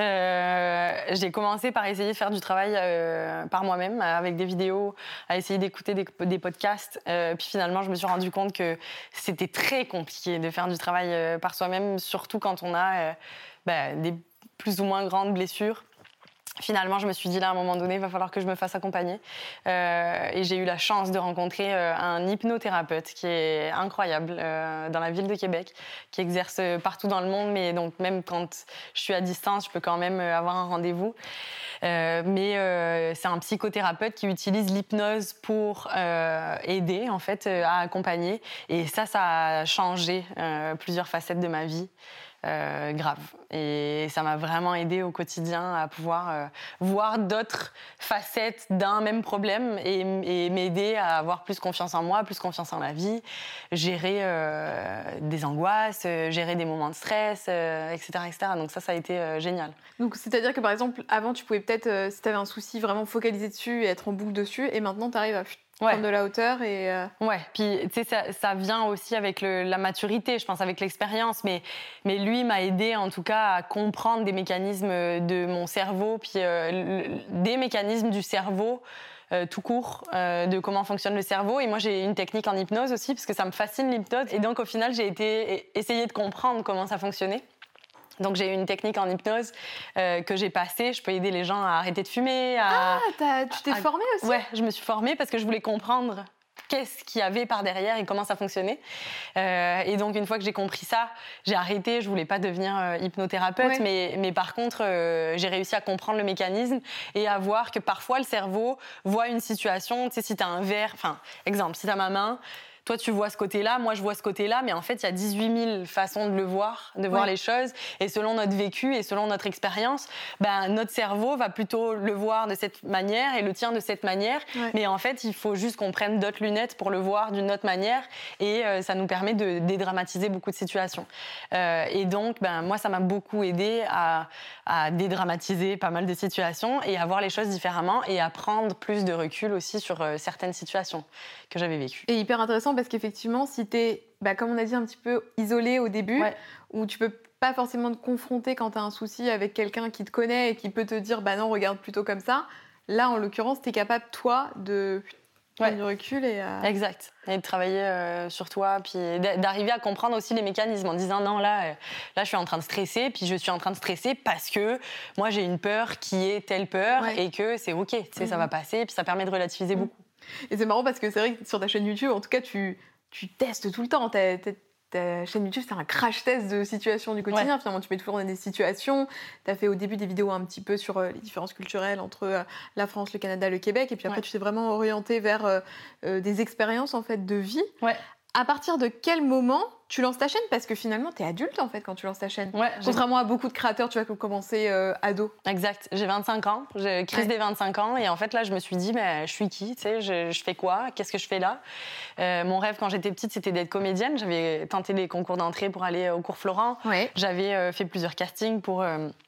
Euh, j'ai commencé par essayer de faire du travail euh, par moi-même, avec des vidéos, à essayer d'écouter des, des podcasts. Euh, puis finalement, je me suis rendu compte que c'était très compliqué de faire du travail euh, par soi-même, surtout quand on a euh, bah, des plus ou moins grandes blessures. Finalement, je me suis dit là, à un moment donné, il va falloir que je me fasse accompagner. Euh, et j'ai eu la chance de rencontrer euh, un hypnothérapeute qui est incroyable euh, dans la ville de Québec, qui exerce partout dans le monde, mais donc même quand je suis à distance, je peux quand même avoir un rendez-vous. Euh, mais euh, c'est un psychothérapeute qui utilise l'hypnose pour euh, aider, en fait, euh, à accompagner. Et ça, ça a changé euh, plusieurs facettes de ma vie. Euh, grave. Et ça m'a vraiment aidée au quotidien à pouvoir euh, voir d'autres facettes d'un même problème et, et m'aider à avoir plus confiance en moi, plus confiance en la vie, gérer euh, des angoisses, euh, gérer des moments de stress, euh, et cetera, et cetera. Donc ça, ça a été euh, génial. Donc c'est-à-dire que par exemple, avant, tu pouvais peut-être, euh, si tu avais un souci, vraiment focaliser dessus et être en boucle dessus, et maintenant, tu arrives à... Ouais. Prendre de la hauteur et... Euh... Ouais, puis tu sais, ça, ça vient aussi avec le, la maturité, je pense, avec l'expérience, mais, mais lui m'a aidé en tout cas à comprendre des mécanismes de mon cerveau, puis euh, le, des mécanismes du cerveau euh, tout court, euh, de comment fonctionne le cerveau. Et moi, j'ai une technique en hypnose aussi, parce que ça me fascine l'hypnose. Et donc, au final, j'ai été essayer de comprendre comment ça fonctionnait. Donc, j'ai une technique en hypnose euh, que j'ai passée. Je peux aider les gens à arrêter de fumer. À, ah, t'as, tu t'es à, formée aussi? Ouais, je me suis formée parce que je voulais comprendre qu'est-ce qu'il y avait par derrière et comment ça fonctionnait. Euh, et donc, une fois que j'ai compris ça, j'ai arrêté. Je voulais pas devenir euh, hypnothérapeute, ouais. mais, mais par contre, euh, j'ai réussi à comprendre le mécanisme et à voir que parfois, le cerveau voit une situation. Tu sais, si t'as un verre... Enfin, exemple, si t'as ma main... Toi, tu vois ce côté-là, moi, je vois ce côté-là, mais en fait, il y a dix-huit mille façons de le voir, de voir ouais. les choses. Et selon notre vécu et selon notre expérience, ben, notre cerveau va plutôt le voir de cette manière et le tien de cette manière. Ouais. Mais en fait, il faut juste qu'on prenne d'autres lunettes pour le voir d'une autre manière. Et euh, ça nous permet de dédramatiser beaucoup de situations. Euh, et donc, ben, moi, ça m'a beaucoup aidé à, à dédramatiser pas mal de situations et à voir les choses différemment et à prendre plus de recul aussi sur euh, certaines situations que j'avais vécues. Et hyper intéressant parce qu'effectivement, si t'es, bah, comme on a dit, un petit peu isolé au début, ouais. où tu peux pas forcément te confronter quand t'as un souci avec quelqu'un qui te connaît et qui peut te dire bah non, regarde plutôt comme ça, là, en l'occurrence, t'es capable, toi, de prendre ouais. du recul et... Euh... Exact. Et de travailler euh, sur toi, puis d'arriver à comprendre aussi les mécanismes en disant non, là, euh, là, je suis en train de stresser, puis je suis en train de stresser parce que moi, j'ai une peur qui est telle peur ouais. et que c'est OK, tu sais, mmh. ça va passer, puis ça permet de relativiser mmh. beaucoup. Et c'est marrant parce que c'est vrai que sur ta chaîne YouTube, en tout cas, tu, tu testes tout le temps. Ta, ta, ta chaîne YouTube, c'est un crash test de situations du quotidien. Ouais. Finalement, tu mets toujours dans des situations. Tu as fait au début des vidéos un petit peu sur euh, les différences culturelles entre euh, la France, le Canada, le Québec. Et puis après, ouais. tu t'es vraiment orienté vers euh, euh, des expériences en fait, de vie. Ouais. À partir de quel moment tu lances ta chaîne? Parce que finalement, t'es adulte en fait quand tu lances ta chaîne. Ouais, contrairement à beaucoup de créateurs, tu vois, qui ont commencé euh, ado. Exact. J'ai vingt-cinq ans, j'ai crise ouais. des vingt-cinq ans, et en fait là, je me suis dit, bah, je suis qui, tu sais, je, je fais quoi, qu'est-ce que je fais là? euh, Mon rêve quand j'étais petite, c'était d'être comédienne. J'avais tenté les concours d'entrée pour aller au cours Florent. Ouais. J'avais euh, fait plusieurs castings pour. Euh,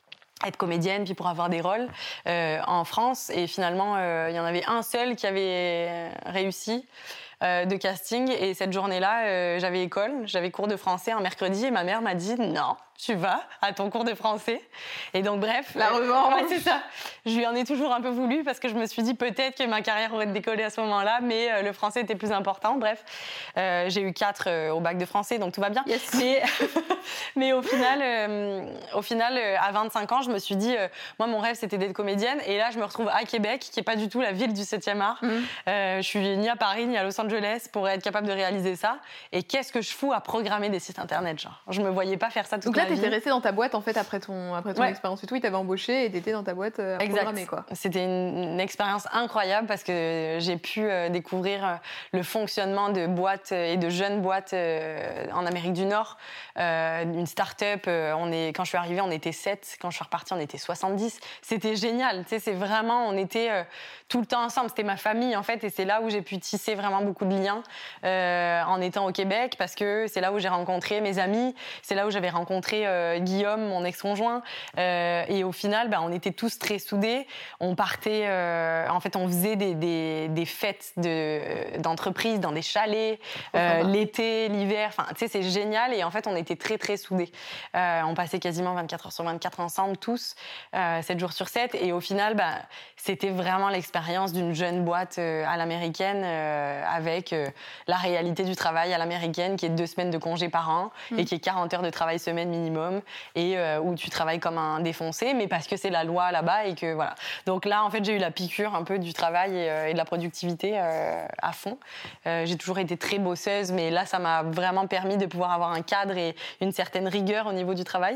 être comédienne, puis pour avoir des rôles euh, en France. Et finalement, euh, il y en avait un seul qui avait réussi euh, de casting. Et cette journée-là, euh, j'avais école, j'avais cours de français un mercredi. Et ma mère m'a dit « Non, tu vas à ton cours de français. » Et donc, bref... La revanche. Ouais, c'est ça. Je lui en ai toujours un peu voulu parce que je me suis dit peut-être que ma carrière aurait décollé à ce moment-là, mais euh, le français était plus important. Bref, euh, j'ai eu quatre euh, au bac de français, donc tout va bien. Yes. Mais, mais au final, euh, au final euh, à vingt-cinq ans, je me suis dit, euh, moi, mon rêve, c'était d'être comédienne. Et là, je me retrouve à Québec, qui n'est pas du tout la ville du septième art. Mmh. Euh, je suis ni à Paris, ni à Los Angeles pour être capable de réaliser ça. Et qu'est-ce que je fous à programmer des sites internet, genre. Je me voyais pas faire ça toute donc là, ma vie. Donc là, t'étais restée dans ta boîte, en fait, après ton, après ton ouais. expérience et tout. Ils t'avaient embauché et t'étais dans ta boîte euh, à programmer, quoi. C'était une, une expérience incroyable parce que j'ai pu euh, découvrir euh, le fonctionnement de boîtes et de jeunes boîtes euh, en Amérique du Nord. Euh, une start-up, euh, on est, quand je suis arrivée, on était sept. Quand je suis repartie, on était soixante-dix. C'était génial. Tu sais, c'est vraiment, on était euh, tout le temps ensemble. C'était ma famille, en fait. Et c'est là où j'ai pu tisser vraiment beaucoup de liens euh, en étant au Québec parce que c'est là où j'ai rencontré mes amis. C'est là où j'avais rencontré euh, Guillaume, mon ex-conjoint. Euh, et au final, bah, on était tous très soudés. On partait, euh, en fait, on faisait des, des, des fêtes de, d'entreprise dans des chalets, euh, l'été, l'hiver. Enfin, tu sais, c'est génial. Et en fait, on était très, très soudés. Euh, on passait quasiment vingt-quatre heures sur vingt-quatre ensemble, tous, euh, sept jours sur sept. Et au final, bah, c'était vraiment l'expérience d'une jeune boîte euh, à l'américaine euh, avec euh, la réalité du travail à l'américaine qui est deux semaines de congé par an mmh. et qui est quarante heures de travail semaine minimum et euh, où tu travailles comme un défoncé, mais parce que c'est la loi là-bas et que voilà. Donc là, en fait, j'ai eu la piqûre un peu du travail et, euh, et de la productivité euh, à fond. Euh, j'ai toujours été très bosseuse, mais là, ça m'a vraiment permis de pouvoir avoir un cadre et une certaine rigueur au niveau du travail.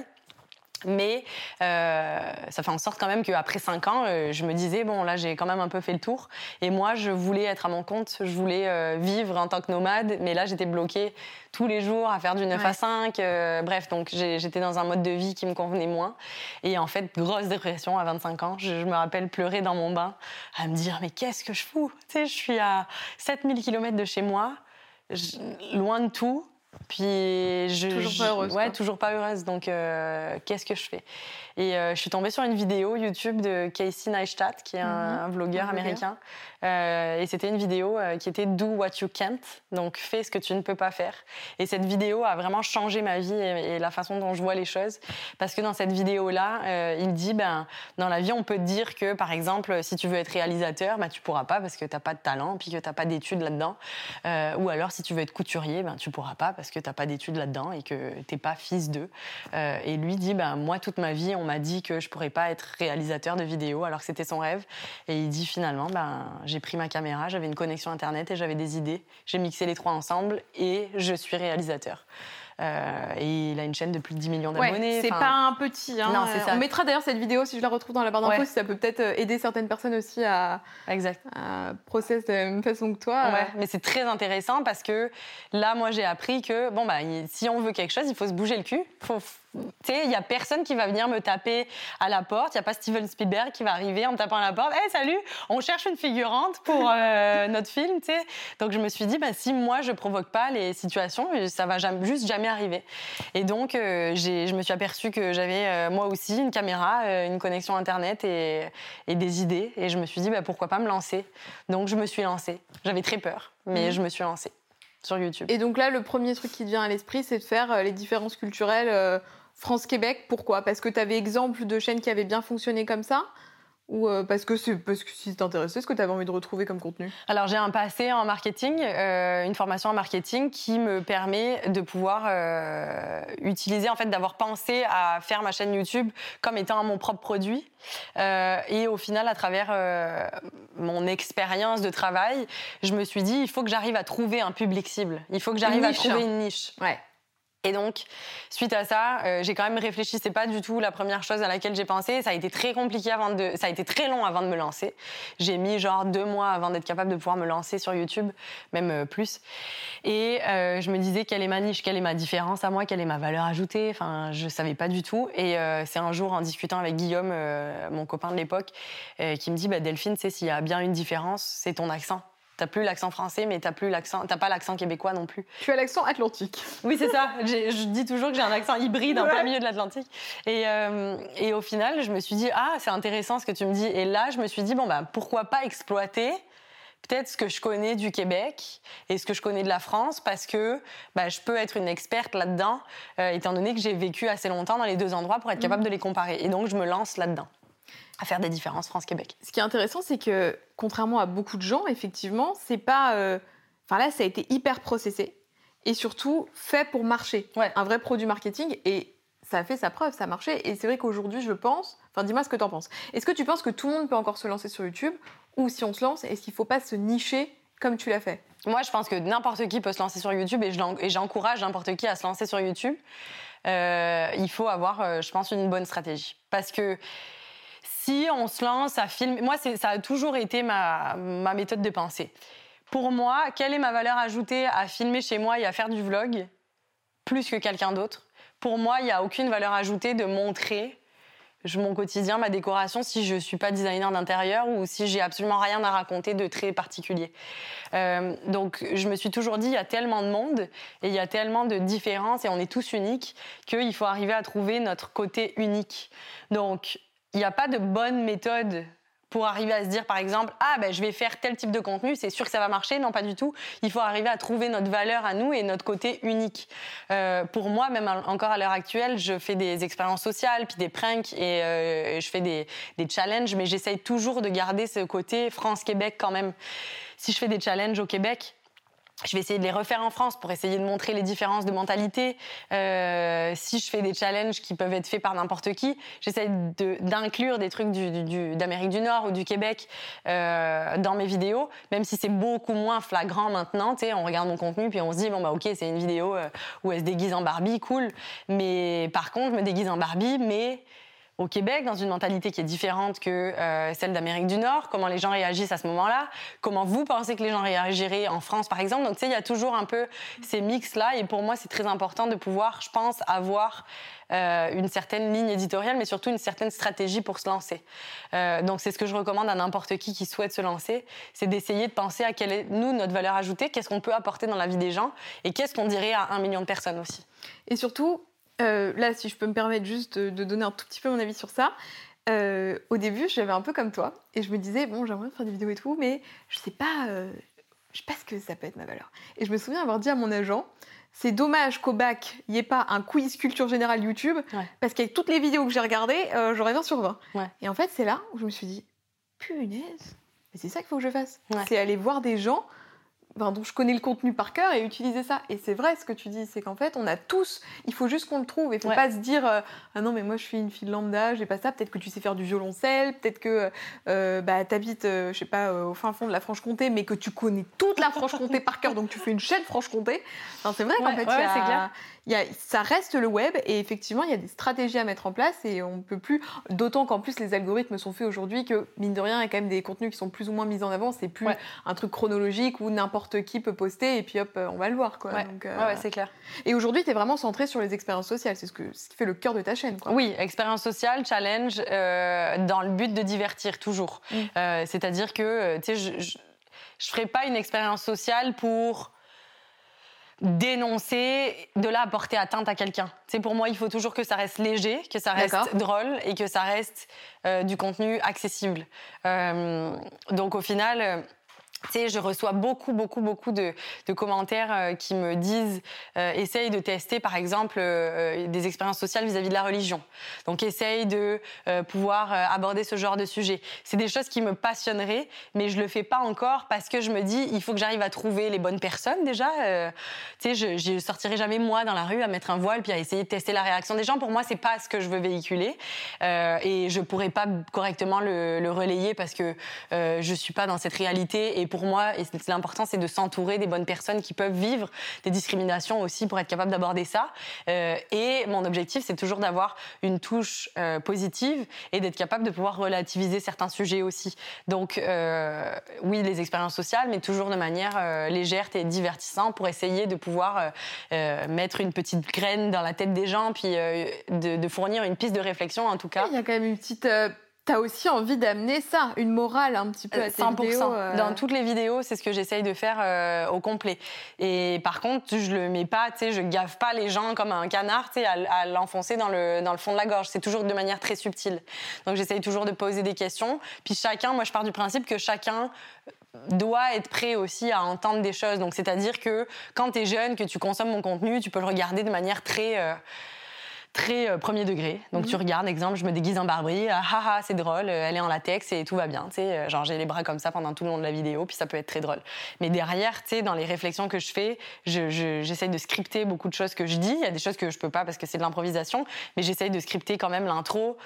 Mais euh, ça fait en sorte quand même qu'après cinq ans, euh, je me disais, bon, là, j'ai quand même un peu fait le tour. Et moi, je voulais être à mon compte, je voulais euh, vivre en tant que nomade. Mais là, j'étais bloquée tous les jours à faire du neuf ouais. à cinq. Euh, bref, donc j'ai, j'étais dans un mode de vie qui me convenait moins. Et en fait, grosse dépression à vingt-cinq ans. Je, je me rappelle pleurer dans mon bain, à me dire, mais qu'est-ce que je fous ? Tu sais, je suis à sept mille kilomètres de chez moi, je, loin de tout. Puis je, toujours pas heureuse. Ouais, quoi. toujours pas heureuse. Donc, euh, qu'est-ce que je fais ? Et euh, je suis tombée sur une vidéo YouTube de Casey Neistat, qui est un, mm-hmm. un vlogueur un américain. Euh, et c'était une vidéo euh, qui était Do What You Can't, donc fais ce que tu ne peux pas faire. Et cette vidéo a vraiment changé ma vie et, et la façon dont je vois les choses. Parce que dans cette vidéo-là, euh, il dit, ben, dans la vie, on peut te dire que, par exemple, si tu veux être réalisateur, ben, tu pourras pas parce que t'as pas de talent, puis que t'as pas d'études là-dedans. Euh, ou alors, si tu veux être couturier, ben, tu pourras pas parce que t'as pas d'études là-dedans et que t'es pas fils d'eux. Euh, et lui dit, ben, moi, toute ma vie, on m'a dit que je pourrais pas être réalisateur de vidéos alors que c'était son rêve. Et il dit, finalement, ben, j'ai pris ma caméra, j'avais une connexion Internet et j'avais des idées. J'ai mixé les trois ensemble et je suis réalisateur. Euh, et il a une chaîne de plus de dix millions d'abonnés. Ouais, c'est pas un petit. Hein. Non, c'est ça. On mettra d'ailleurs cette vidéo, si je la retrouve dans la barre d'infos, ouais. si ça peut peut-être aider certaines personnes aussi à, exact. à process de la même façon que toi. Ouais, mais c'est très intéressant parce que là, moi, j'ai appris que bon, bah, si on veut quelque chose, il faut se bouger le cul. Faut, tu sais, il y a personne qui va venir me taper à la porte. Il y a pas Steven Spielberg qui va arriver en me tapant à la porte. Hey, salut, on cherche une figurante pour euh, notre film, tu sais. Donc je me suis dit, bah, si moi je provoque pas les situations, ça va jamais, juste jamais arriver. Et donc euh, j'ai, je me suis aperçue que j'avais euh, moi aussi une caméra, euh, une connexion internet et, et des idées. Et je me suis dit, bah, pourquoi pas me lancer. Donc je me suis lancée. J'avais très peur, mais mmh. je me suis lancée sur YouTube. Et donc là, le premier truc qui te vient à l'esprit, c'est de faire euh, les différences culturelles. Euh... France-Québec, pourquoi ? Parce que tu avais exemple de chaînes qui avaient bien fonctionné comme ça ? Ou euh, parce que c'est parce que si t'intéressait, ce que tu avais envie de retrouver comme contenu ? Alors j'ai un passé en marketing, euh, une formation en marketing qui me permet de pouvoir euh, utiliser, en fait, d'avoir pensé à faire ma chaîne YouTube comme étant mon propre produit. Euh, et au final, à travers euh, mon expérience de travail, je me suis dit, il faut que j'arrive à trouver un public cible. Il faut que j'arrive à trouver une niche. Ouais. Et donc, suite à ça, euh, j'ai quand même réfléchi. C'est pas du tout la première chose à laquelle j'ai pensé. Ça a été très compliqué avant de, ça a été très long avant de me lancer. J'ai mis genre deux mois avant d'être capable de pouvoir me lancer sur YouTube, même euh, plus. Et euh, je me disais quelle est ma niche, quelle est ma différence à moi, quelle est ma valeur ajoutée. Enfin, je savais pas du tout. Et euh, c'est un jour en discutant avec Guillaume, euh, mon copain de l'époque, euh, qui me dit bah, Delphine, tu sais, s'il y a bien une différence, c'est ton accent. T'as plus l'accent français, mais t'as plus l'accent, t'as pas l'accent québécois non plus. Tu as l'accent atlantique. Oui, c'est ça. J'ai, je dis toujours que j'ai un accent hybride, un ouais. peu au milieu de l'Atlantique. Et, euh, et au final, je me suis dit, ah, c'est intéressant ce que tu me dis. Et là, je me suis dit, bon, bah, pourquoi pas exploiter peut-être ce que je connais du Québec et ce que je connais de la France, parce que bah, je peux être une experte là-dedans, euh, étant donné que j'ai vécu assez longtemps dans les deux endroits pour être capable mmh. de les comparer. Et donc, je me lance là-dedans, à faire des différences France-Québec. Ce qui est intéressant, c'est que, contrairement à beaucoup de gens, effectivement, c'est pas... Euh... Enfin là, ça a été hyper processé et surtout fait pour marcher. Ouais. Un vrai produit marketing, et ça a fait sa preuve, ça a marché. Et c'est vrai qu'aujourd'hui, je pense... Enfin, dis-moi ce que t'en penses. Est-ce que tu penses que tout le monde peut encore se lancer sur YouTube, ou si on se lance, est-ce qu'il ne faut pas se nicher comme tu l'as fait ? Moi, je pense que n'importe qui peut se lancer sur YouTube, et, je et j'encourage n'importe qui à se lancer sur YouTube. Euh, il faut avoir, euh, je pense, une bonne stratégie. Parce que si on se lance à filmer... Moi, c'est, ça a toujours été ma, ma méthode de pensée. Pour moi, quelle est ma valeur ajoutée à filmer chez moi et à faire du vlog, plus que quelqu'un d'autre ? Pour moi, il n'y a aucune valeur ajoutée de montrer mon quotidien, ma décoration, si je ne suis pas designer d'intérieur ou si j'ai absolument rien à raconter de très particulier. Euh, donc, je me suis toujours dit, il y a tellement de monde et il y a tellement de différences et on est tous uniques qu'il faut arriver à trouver notre côté unique. Donc, il n'y a pas de bonne méthode pour arriver à se dire, par exemple, ah ben je vais faire tel type de contenu, c'est sûr que ça va marcher. Non, pas du tout. Il faut arriver à trouver notre valeur à nous et notre côté unique. Euh, pour moi, même encore à l'heure actuelle, je fais des expériences sociales, puis des pranks et euh, je fais des, des challenges, mais j'essaye toujours de garder ce côté France-Québec quand même. Si je fais des challenges au Québec, je vais essayer de les refaire en France pour essayer de montrer les différences de mentalité. Euh, si je fais des challenges qui peuvent être faits par n'importe qui, j'essaie de, d'inclure des trucs du, du, d'Amérique du Nord ou du Québec euh, dans mes vidéos, même si c'est beaucoup moins flagrant maintenant. Tu sais, on regarde mon contenu puis on se dit bon bah ok, c'est une vidéo euh, où elle se déguise en Barbie, cool. Mais par contre, je me déguise en Barbie, mais au Québec, dans une mentalité qui est différente que euh, celle d'Amérique du Nord, comment les gens réagissent à ce moment-là, comment vous pensez que les gens réagiraient en France, par exemple. Donc, tu sais, il y a toujours un peu ces mix-là. Et pour moi, c'est très important de pouvoir, je pense, avoir euh, une certaine ligne éditoriale, mais surtout une certaine stratégie pour se lancer. Euh, donc, c'est ce que je recommande à n'importe qui qui souhaite se lancer, c'est d'essayer de penser à quelle est, nous, notre valeur ajoutée, qu'est-ce qu'on peut apporter dans la vie des gens et qu'est-ce qu'on dirait à un million de personnes aussi. Et surtout... Euh, là, si je peux me permettre juste de, de donner un tout petit peu mon avis sur ça, euh, au début, j'avais un peu comme toi, et je me disais, bon, j'aimerais faire des vidéos et tout, mais je sais pas, euh, je sais pas ce que ça peut être ma valeur. Et je me souviens avoir dit à mon agent, c'est dommage qu'au bac, il n'y ait pas un quiz culture générale YouTube, ouais. parce qu'avec toutes les vidéos que j'ai regardées, euh, j'aurais vingt sur vingt. Ouais. Et en fait, c'est là où je me suis dit, punaise, mais c'est ça qu'il faut que je fasse. Ouais. C'est aller voir des gens Enfin, dont je connais le contenu par cœur et utiliser ça. Et c'est vrai ce que tu dis, c'est qu'en fait, on a tous, il faut juste qu'on le trouve. Il ne faut ouais. pas se dire euh, ah non, mais moi je suis une fille lambda, j'ai pas ça. Peut-être que tu sais faire du violoncelle, peut-être que euh, bah, tu habites, euh, je sais pas, euh, au fin fond de la Franche-Comté, mais que tu connais toute la Franche-Comté par cœur, donc tu fais une chaîne Franche-Comté. Enfin, c'est vrai ouais, qu'en fait, ouais, y a, c'est clair. Y a, ça reste le web et effectivement, il y a des stratégies à mettre en place et on ne peut plus, d'autant qu'en plus les algorithmes sont faits aujourd'hui que, mine de rien, il y a quand même des contenus qui sont plus ou moins mis en avant. C'est plus ouais. un truc chronologique où n'importe qui peut poster et puis hop, on va le voir. Quoi. Ouais. Donc, euh... ouais, ouais, c'est clair. Et aujourd'hui, tu es vraiment centrée sur les expériences sociales. C'est ce, que, ce qui fait le cœur de ta chaîne. Quoi. Oui, expérience sociale, challenge, euh, dans le but de divertir toujours. Mm. Euh, c'est-à-dire que, tu sais, je ne ferai pas une expérience sociale pour dénoncer, de là à porter atteinte à quelqu'un. C'est pour moi, il faut toujours que ça reste léger, que ça reste D'accord. drôle et que ça reste euh, du contenu accessible. Euh, donc au final, euh, tu sais, je reçois beaucoup, beaucoup, beaucoup de, de commentaires euh, qui me disent euh, essaye de tester, par exemple, euh, des expériences sociales vis-à-vis de la religion. Donc, essaye de euh, pouvoir euh, aborder ce genre de sujet. C'est des choses qui me passionneraient, mais je le fais pas encore parce que je me dis il faut que j'arrive à trouver les bonnes personnes déjà. Euh, tu sais, je, je sortirai jamais moi dans la rue à mettre un voile puis à essayer de tester la réaction des gens. Pour moi, c'est pas ce que je veux véhiculer euh, et je pourrais pas correctement le, le relayer parce que euh, je suis pas dans cette réalité. Et pour moi, et c'est, l'important, c'est de s'entourer des bonnes personnes qui peuvent vivre des discriminations aussi pour être capable d'aborder ça. Euh, et mon objectif, c'est toujours d'avoir une touche euh, positive et d'être capable de pouvoir relativiser certains sujets aussi. Donc, euh, oui, les expériences sociales, mais toujours de manière euh, légère et divertissante pour essayer de pouvoir euh, euh, mettre une petite graine dans la tête des gens puis euh, de, de fournir une piste de réflexion, en tout cas. Il y a quand même une petite... Euh... T'as aussi envie d'amener ça, une morale un petit peu à tes cent pour cent. vidéos. Euh... Dans toutes les vidéos, c'est ce que j'essaye de faire euh, au complet. Et par contre, je le mets pas, tu sais, je gaffe pas les gens comme un canard, tu sais, à, à l'enfoncer dans le, dans le fond de la gorge. C'est toujours de manière très subtile. Donc j'essaye toujours de poser des questions. Puis chacun, moi je pars du principe que chacun doit être prêt aussi à entendre des choses. Donc c'est-à-dire que quand t'es jeune, que tu consommes mon contenu, tu peux le regarder de manière très... Euh, très euh, premier degré. Donc mmh. tu regardes, exemple, je me déguise en Barbie, ah ah, c'est drôle, elle est en latex et tout va bien, tu sais, genre j'ai les bras comme ça pendant tout le long de la vidéo, puis ça peut être très drôle. Mais derrière, tu sais, dans les réflexions que je fais, je, je, j'essaye de scripter beaucoup de choses que je dis. Il y a des choses que je peux pas parce que c'est de l'improvisation, mais j'essaye de scripter quand même l'intro,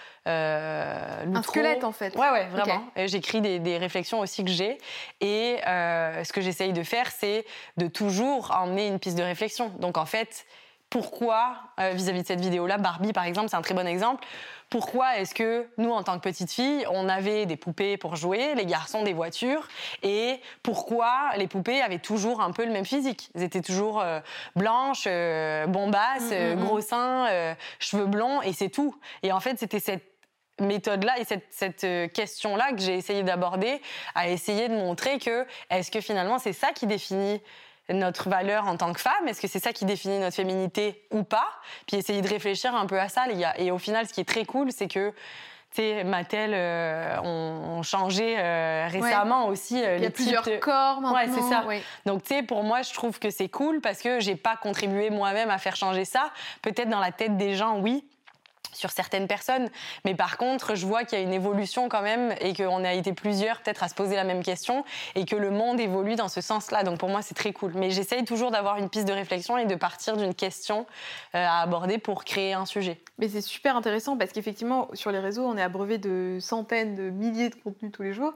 euh, l'outro. Un squelette en fait. Ouais, ouais, vraiment. Okay. J'écris des, des réflexions aussi que j'ai, et euh, ce que j'essaye de faire, c'est de toujours emmener une piste de réflexion. Donc en fait, pourquoi, euh, vis-à-vis de cette vidéo-là, Barbie, par exemple, c'est un très bon exemple. Pourquoi est-ce que nous, en tant que petites filles, on avait des poupées pour jouer, les garçons des voitures, et pourquoi les poupées avaient toujours un peu le même physique? Elles étaient toujours euh, blanches, euh, bombasses, euh, gros seins, euh, cheveux blonds, et c'est tout. Et en fait, c'était cette méthode-là et cette, cette question-là que j'ai essayé d'aborder, à essayer de montrer que, est-ce que finalement, c'est ça qui définit notre valeur en tant que femme, est-ce que c'est ça qui définit notre féminité ou pas? Puis essayer de réfléchir un peu à ça, les gars. Et au final, ce qui est très cool, c'est que, tu sais, Mattel euh, ont, ont changé euh, récemment ouais. aussi euh, il y a les plusieurs types de... corps maintenant. Ouais, c'est ça. Ouais. Donc, tu sais, pour moi, je trouve que c'est cool parce que j'ai pas contribué moi-même à faire changer ça. Peut-être dans la tête des gens, oui, sur certaines personnes, mais par contre, je vois qu'il y a une évolution quand même et qu'on a été plusieurs peut-être à se poser la même question et que le monde évolue dans ce sens-là. Donc pour moi, c'est très cool. Mais j'essaye toujours d'avoir une piste de réflexion et de partir d'une question euh, à aborder pour créer un sujet. Mais c'est super intéressant parce qu'effectivement, sur les réseaux, on est abreuvé de centaines, de milliers de contenus tous les jours.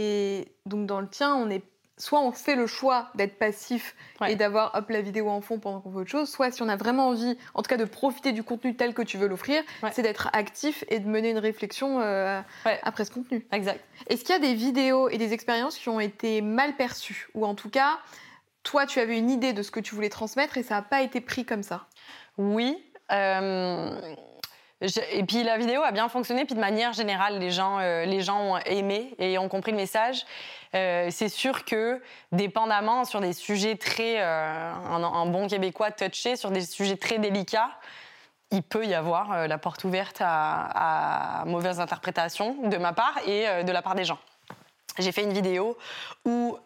Et donc dans le tien, on est soit on fait le choix d'être passif ouais. et d'avoir hop, la vidéo en fond pendant qu'on fait autre chose, soit si on a vraiment envie, en tout cas de profiter du contenu tel que tu veux l'offrir, ouais. c'est d'être actif et de mener une réflexion euh, ouais. après ce contenu. Exact. Est-ce qu'il y a des vidéos et des expériences qui ont été mal perçues? Ou en tout cas, toi, tu avais une idée de ce que tu voulais transmettre et ça n'a pas été pris comme ça? Oui. Euh... Je, et puis la vidéo a bien fonctionné, puis de manière générale, les gens, euh, les gens ont aimé et ont compris le message. Euh, c'est sûr que, dépendamment sur des sujets très, euh, en, en bon québécois, touchés, sur des sujets très délicats, il peut y avoir euh, la porte ouverte à, à mauvaises interprétations de ma part et euh, de la part des gens. J'ai fait une vidéo où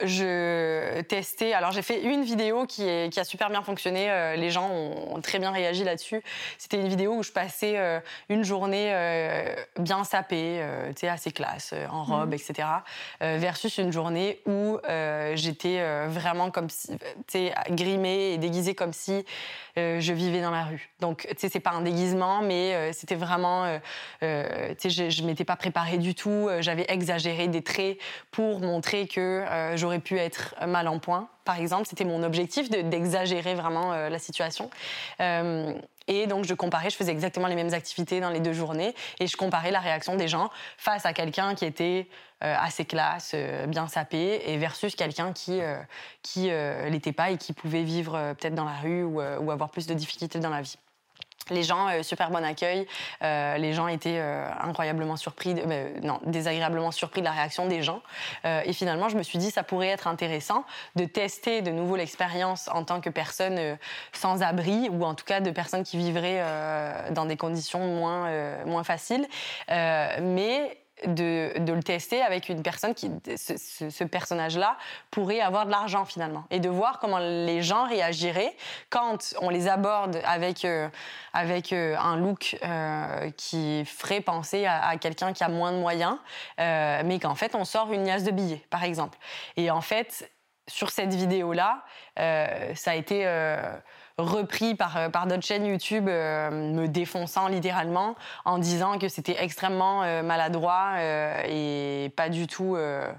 je testais... Alors, j'ai fait une vidéo qui, est, qui a super bien fonctionné. Euh, les gens ont, ont très bien réagi là-dessus. C'était une vidéo où je passais euh, une journée euh, bien sapée, euh, tu sais, assez classe, euh, en robe, mmh. et cetera, euh, versus une journée où euh, j'étais euh, vraiment comme si... Tu sais, grimée et déguisée comme si euh, je vivais dans la rue. Donc, tu sais, c'est pas un déguisement, mais euh, c'était vraiment... Euh, euh, tu sais, je, je m'étais pas préparée du tout. J'avais exagéré des traits pour montrer que euh, j'aurais pu être mal en point, par exemple. C'était mon objectif de, d'exagérer vraiment euh, la situation. Euh, et donc, je comparais, je faisais exactement les mêmes activités dans les deux journées et je comparais la réaction des gens face à quelqu'un qui était euh, assez classe, euh, bien sapé, et versus quelqu'un qui euh, qui euh, l'était pas et qui pouvait vivre euh, peut-être dans la rue ou, euh, ou avoir plus de difficultés dans la vie. Les gens, euh, super bon accueil. Euh, les gens étaient euh, incroyablement surpris, de, euh, non, désagréablement surpris de la réaction des gens. Euh, et finalement, je me suis dit, ça pourrait être intéressant de tester de nouveau l'expérience en tant que personne euh, sans abri, ou en tout cas de personnes qui vivraient euh, dans des conditions moins, euh, moins faciles. Euh, mais De, de le tester avec une personne qui, ce, ce, ce personnage-là, pourrait avoir de l'argent finalement. Et de voir comment les gens réagiraient quand on les aborde avec, euh, avec euh, un look euh, qui ferait penser à, à quelqu'un qui a moins de moyens, euh, mais qu'en fait, on sort une liasse de billets, par exemple. Et en fait, sur cette vidéo-là, euh, ça a été... Euh, repris par, par d'autres chaînes YouTube, euh, me défonçant littéralement en disant que c'était extrêmement euh, maladroit euh, et pas du tout euh,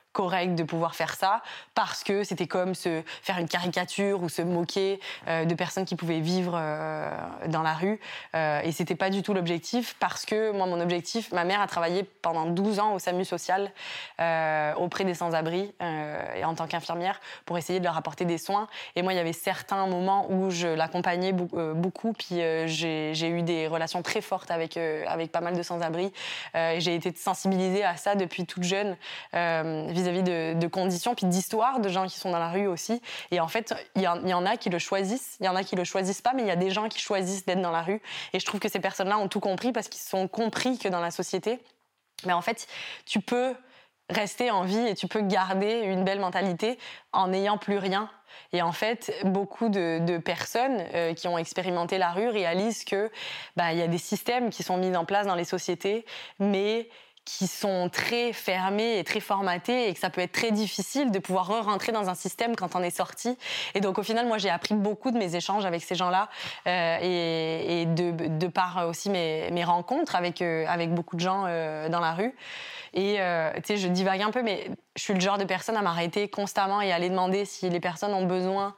correct de pouvoir faire ça parce que c'était comme se faire une caricature ou se moquer euh, de personnes qui pouvaient vivre euh, dans la rue euh, et c'était pas du tout l'objectif parce que moi mon objectif, ma mère a travaillé pendant douze ans au SAMU social euh, auprès des sans-abri euh, et en tant qu'infirmière pour essayer de leur apporter des soins et moi il y avait certains moments où je l'accompagnais beaucoup puis euh, j'ai, j'ai eu des relations très fortes avec, euh, avec pas mal de sans-abri euh, et j'ai été sensibilisée à ça depuis toute jeune euh, vis-à-vis de, de conditions, puis d'histoires de gens qui sont dans la rue aussi. Et en fait, il y, y en a qui le choisissent, il y en a qui le choisissent pas, mais il y a des gens qui choisissent d'être dans la rue. Et je trouve que ces personnes-là ont tout compris parce qu'ils sont compris que dans la société, mais en fait, tu peux rester en vie et tu peux garder une belle mentalité en n'ayant plus rien. Et en fait, beaucoup de, de personnes euh, qui ont expérimenté la rue réalisent que bah, y a des systèmes qui sont mis en place dans les sociétés, mais qui sont très fermés et très formatés et que ça peut être très difficile de pouvoir re-rentrer dans un système quand on est sorti. Et donc, au final, moi, j'ai appris beaucoup de mes échanges avec ces gens-là euh, et, et de, de par aussi mes, mes rencontres avec, euh, avec beaucoup de gens euh, dans la rue. Et euh, tu sais, je divague un peu, mais je suis le genre de personne à m'arrêter constamment et à aller demander si les personnes ont besoin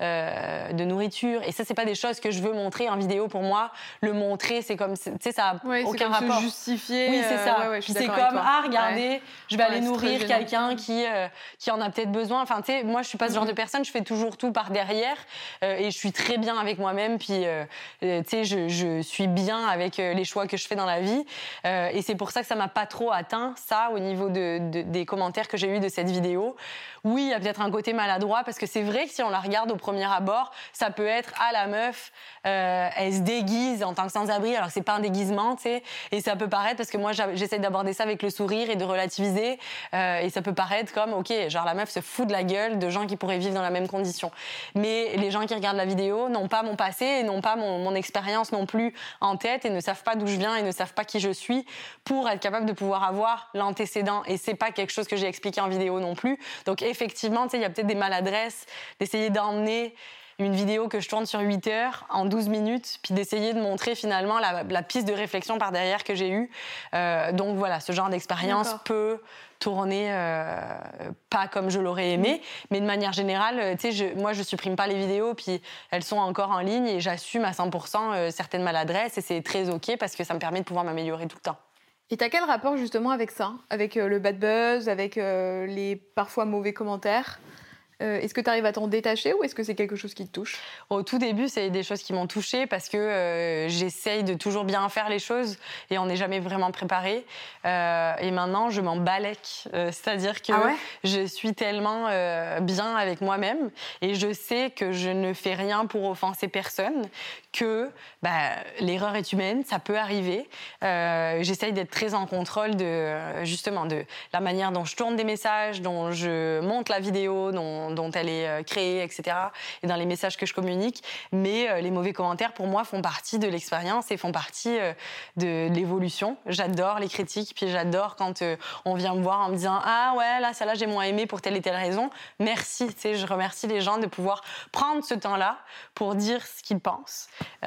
euh, de nourriture. Et ça, c'est pas des choses que je veux montrer en vidéo. Pour moi, le montrer, c'est comme, tu sais, ça a ouais, aucun c'est comme rapport. Se justifier. Oui, c'est ça. Euh, ouais, ouais, je suis c'est d'accord comme, ah, regardez, ouais. je vais ouais, aller nourrir quelqu'un qui, euh, qui en a peut-être besoin. Enfin, tu sais, moi, je suis pas ce genre de personne. Je fais toujours tout par derrière euh, et je suis très bien avec moi-même. Puis, euh, tu sais, je, je suis bien avec les choix que je fais dans la vie. Euh, et c'est pour ça que ça m'a pas trop atteint, ça, au niveau de, de, des commentaires que j'ai eus de cette vidéo. Oui, il y a peut-être un côté maladroit parce que c'est vrai que si on la regarde au premier abord, ça peut être ah la meuf, euh, elle se déguise en tant que sans-abri alors que c'est pas un déguisement, tu sais. Et ça peut paraître parce que moi j'essaie d'aborder ça avec le sourire et de relativiser euh, et ça peut paraître comme ok genre la meuf se fout de la gueule de gens qui pourraient vivre dans la même condition. Mais les gens qui regardent la vidéo n'ont pas mon passé et n'ont pas mon, mon expérience non plus en tête et ne savent pas d'où je viens et ne savent pas qui je suis pour être capable de pouvoir avoir l'antécédent. Et c'est pas quelque chose que j'ai expliqué en vidéo non plus. Donc effectivement, tu sais, il y a peut-être des maladresses d'essayer d'emmener une vidéo que je tourne sur huit heures en douze minutes, puis d'essayer de montrer finalement la, la piste de réflexion par derrière que j'ai eue. Euh, donc voilà, ce genre d'expérience D'accord. peut tourner euh, pas comme je l'aurais aimé, mmh. mais de manière générale, tu sais, je, moi je supprime pas les vidéos, puis elles sont encore en ligne et j'assume à cent pour cent euh, certaines maladresses et c'est très ok parce que ça me permet de pouvoir m'améliorer tout le temps. Et t'as quel rapport justement avec ça, avec euh, le bad buzz, avec euh, les parfois mauvais commentaires ? Euh, est-ce que tu arrives à t'en détacher ou est-ce que c'est quelque chose qui te touche ? Au tout début, c'est des choses qui m'ont touchée parce que euh, j'essaye de toujours bien faire les choses et on n'est jamais vraiment préparé. Euh, et maintenant, je m'en balèque. Euh, c'est-à-dire que ah ouais je suis tellement euh, bien avec moi-même et je sais que je ne fais rien pour offenser personne, que bah, l'erreur est humaine, ça peut arriver. Euh, j'essaye d'être très en contrôle de, justement, de la manière dont je tourne des messages, dont je monte la vidéo, dont dont elle est créée, et cetera, et dans les messages que je communique. Mais euh, les mauvais commentaires, pour moi, font partie de l'expérience et font partie euh, de, de l'évolution. J'adore les critiques, puis j'adore quand euh, on vient me voir en me disant « Ah ouais, là, celle-là, j'ai moins aimé pour telle et telle raison. » Merci, tu sais, je remercie les gens de pouvoir prendre ce temps-là pour dire ce qu'ils pensent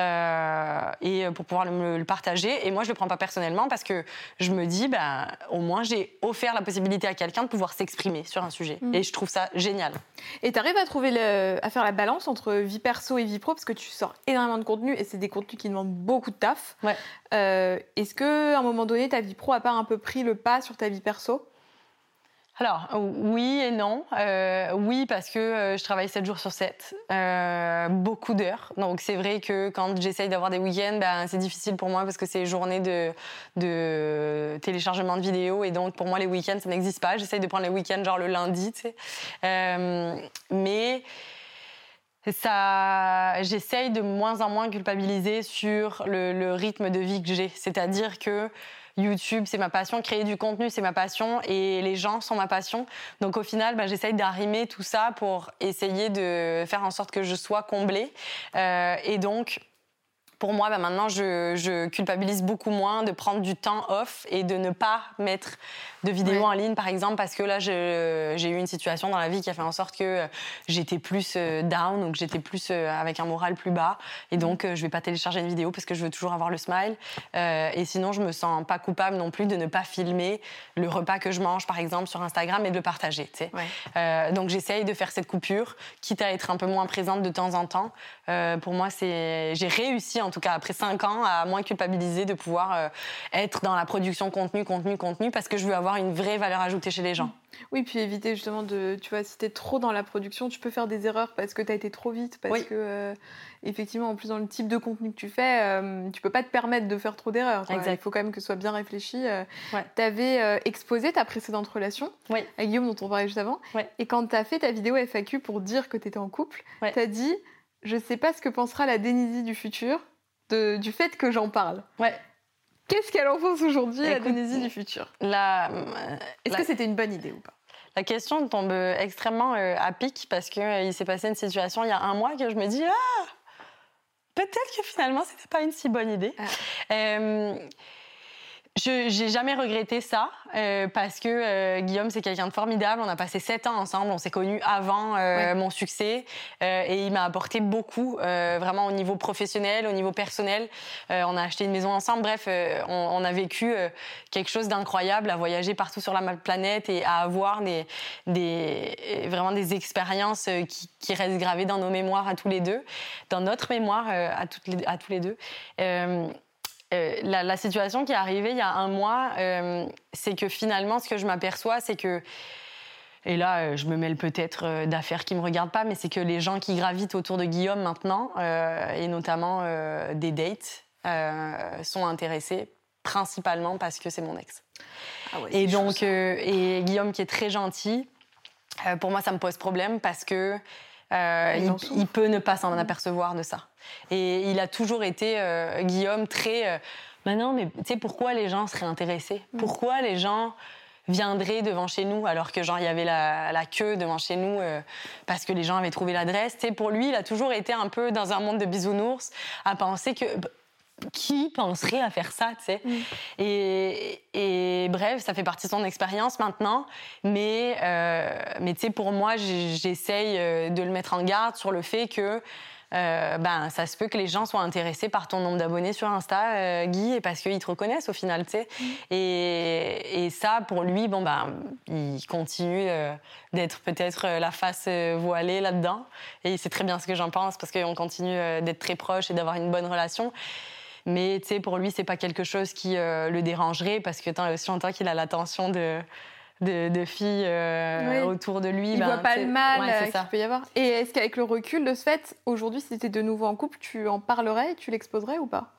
euh, et pour pouvoir le, le partager. Et moi, je le prends pas personnellement parce que je me dis, ben, au moins, j'ai offert la possibilité à quelqu'un de pouvoir s'exprimer sur un sujet. Mmh. Et je trouve ça génial. Et tu arrives à trouver le, à faire la balance entre vie perso et vie pro parce que tu sors énormément de contenu et c'est des contenus qui demandent beaucoup de taf. Ouais. Euh, est-ce qu'à un moment donné, ta vie pro a pas un peu pris le pas sur ta vie perso ? Alors, oui et non. Euh, oui, parce que euh, je travaille sept jours sur sept, euh, beaucoup d'heures. Donc, c'est vrai que quand j'essaye d'avoir des week-ends, ben, c'est difficile pour moi parce que c'est journée de, de téléchargement de vidéos. Et donc, pour moi, les week-ends, ça n'existe pas. J'essaye de prendre les week-ends, genre le lundi, tu sais. Euh, mais... Ça, j'essaye de moins en moins culpabiliser sur le, le rythme de vie que j'ai. C'est-à-dire que YouTube, c'est ma passion, créer du contenu, c'est ma passion et les gens sont ma passion. Donc au final, bah, j'essaye d'arrimer tout ça pour essayer de faire en sorte que je sois comblée. Euh, et donc, pour moi, bah maintenant, je, je culpabilise beaucoup moins de prendre du temps off et de ne pas mettre de vidéos ouais. en ligne, par exemple, parce que là, je, j'ai eu une situation dans la vie qui a fait en sorte que j'étais plus down, donc j'étais plus avec un moral plus bas. Et donc, je ne vais pas télécharger une vidéo parce que je veux toujours avoir le smile. Euh, et sinon, je ne me sens pas coupable non plus de ne pas filmer le repas que je mange, par exemple, sur Instagram et de le partager. Tu sais. Ouais. Euh, donc, j'essaye de faire cette coupure, quitte à être un peu moins présente de temps en temps. Euh, pour moi, c'est... j'ai réussi, en tout cas après cinq ans, à moins culpabiliser de pouvoir euh, être dans la production contenu, contenu, contenu, parce que je veux avoir une vraie valeur ajoutée chez les gens. Oui, puis éviter justement de, tu vois, si t'es trop dans la production, tu peux faire des erreurs parce que t'as été trop vite, parce oui. que euh, effectivement, en plus dans le type de contenu que tu fais, euh, tu peux pas te permettre de faire trop d'erreurs. Quoi. Il faut quand même que ce soit bien réfléchi. Euh, ouais. T'avais euh, exposé ta précédente relation oui. avec Guillaume dont on parlait juste avant, oui. et quand t'as fait ta vidéo F A Q pour dire que t'étais en couple, oui. t'as dit « Je sais pas ce que pensera la Denise du futur de, du fait que j'en parle. » Ouais. Qu'est-ce qu'elle en pense aujourd'hui, Écoute, la Denise du futur la, euh, Est-ce la... que c'était une bonne idée ou pas? La question tombe extrêmement euh, à pic parce qu'il euh, s'est passé une situation il y a un mois que je me dis « Ah, peut-être que finalement, c'était pas une si bonne idée. Ah. » euh, Je j'ai jamais regretté ça euh, parce que euh, Guillaume c'est quelqu'un de formidable. On a passé sept ans ensemble. On s'est connus avant euh, ouais. mon succès euh, et il m'a apporté beaucoup, euh, vraiment au niveau professionnel, au niveau personnel. Euh, on a acheté une maison ensemble. Bref, euh, on, on a vécu euh, quelque chose d'incroyable, à voyager partout sur la planète et à avoir des des vraiment des expériences qui, qui restent gravées dans nos mémoires à tous les deux, dans notre mémoire euh, à toutes les à tous les deux. Euh, Euh, la, la situation qui est arrivée il y a un mois, euh, c'est que finalement, ce que je m'aperçois, c'est que, et là, euh, je me mêle peut-être euh, d'affaires qui ne me regardent pas, mais c'est que les gens qui gravitent autour de Guillaume maintenant, euh, et notamment euh, des dates, euh, sont intéressés principalement parce que c'est mon ex. Ah ouais, et donc, euh, et Guillaume qui est très gentil, euh, pour moi, ça me pose problème parce que Euh, il, il peut ne pas s'en apercevoir de ça. Et il a toujours été, euh, Guillaume, très... Euh, bah non, mais tu sais, pourquoi les gens seraient intéressés? Pourquoi les gens viendraient devant chez nous alors que genre il y avait la, la queue devant chez nous euh, parce que les gens avaient trouvé l'adresse? Tu sais, pour lui, il a toujours été un peu dans un monde de bisounours à penser que... Qui penserait à faire ça, tu sais? Mm. Et, et bref, ça fait partie de son expérience maintenant. Mais, euh, mais tu sais, pour moi, j'essaye de le mettre en garde sur le fait que euh, ben, ça se peut que les gens soient intéressés par ton nombre d'abonnés sur Insta, euh, Guy, et parce qu'ils te reconnaissent au final, tu sais. Mm. Et, et ça, pour lui, bon, ben, il continue euh, d'être peut-être la face euh, voilée là-dedans. Et il sait très bien ce que j'en pense parce qu'on continue euh, d'être très proches et d'avoir une bonne relation. Mais tu sais, pour lui, c'est pas quelque chose qui euh, le dérangerait parce que tant aussi longtemps qu'il a l'attention de, de, de filles euh, oui. autour de lui. Il ben, voit pas le mal ouais, qu'il peut y avoir. Et est-ce qu'avec le recul de ce fait, aujourd'hui, si tu étais de nouveau en couple, tu en parlerais et tu l'exposerais ou pas?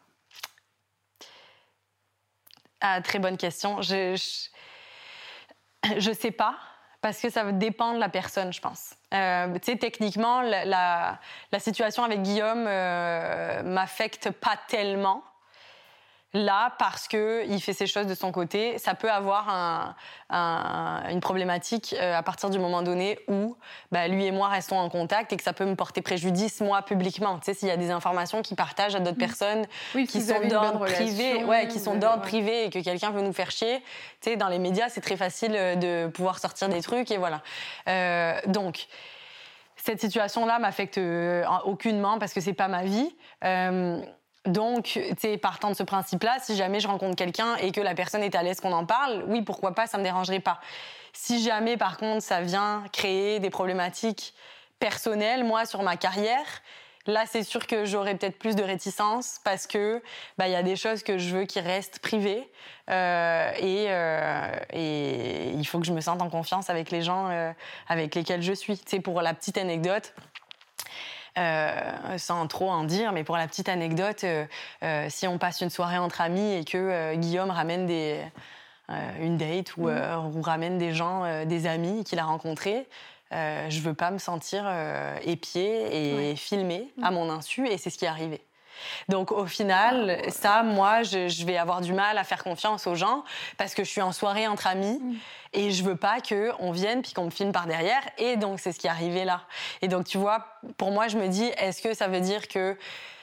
Ah, très bonne question. Je, je, je sais pas. Parce que ça dépend de la personne, je pense. Euh, tu sais, techniquement, la, la, la situation avec Guillaume euh, m'affecte pas tellement. Là, parce qu'il fait ses choses de son côté, ça peut avoir un, un, une problématique euh, à partir du moment donné où bah, lui et moi restons en contact et que ça peut me porter préjudice, moi, publiquement. Tu sais, s'il y a des informations qu'il partage à d'autres mmh. personnes oui, qui, sont d'ordre privé, ouais, qui sont d'ordre ouais. privé et que quelqu'un veut nous faire chier, tu sais, dans les médias, c'est très facile de pouvoir sortir des trucs et voilà. Euh, donc, cette situation-là m'affecte euh, aucunement parce que c'est pas ma vie. Euh, Donc, tu sais, partant de ce principe-là, si jamais je rencontre quelqu'un et que la personne est à l'aise qu'on en parle, oui, pourquoi pas, ça me dérangerait pas. Si jamais, par contre, ça vient créer des problématiques personnelles, moi, sur ma carrière, là, c'est sûr que j'aurais peut-être plus de réticence parce que bah, y a des choses que je veux qui restent privées euh, et, euh, et il faut que je me sente en confiance avec les gens euh, avec lesquels je suis. Tu sais, pour la petite anecdote, Euh, sans trop en dire, mais pour la petite anecdote, euh, euh, si on passe une soirée entre amis et que euh, Guillaume ramène des, euh, une date ou, euh, ou ramène des gens, euh, des amis qu'il a rencontrés, euh, je veux pas me sentir euh, épiée et ouais. filmée à mon insu, et c'est ce qui est arrivé. Donc au final, ah, ça, moi, je, je vais avoir du mal à faire confiance aux gens parce que je suis en soirée entre amis mmh. et je veux pas qu'on vienne puis qu'on me filme par derrière. Et donc c'est ce qui est arrivé là. Et donc tu vois, pour moi, je me dis, est-ce que ça veut dire que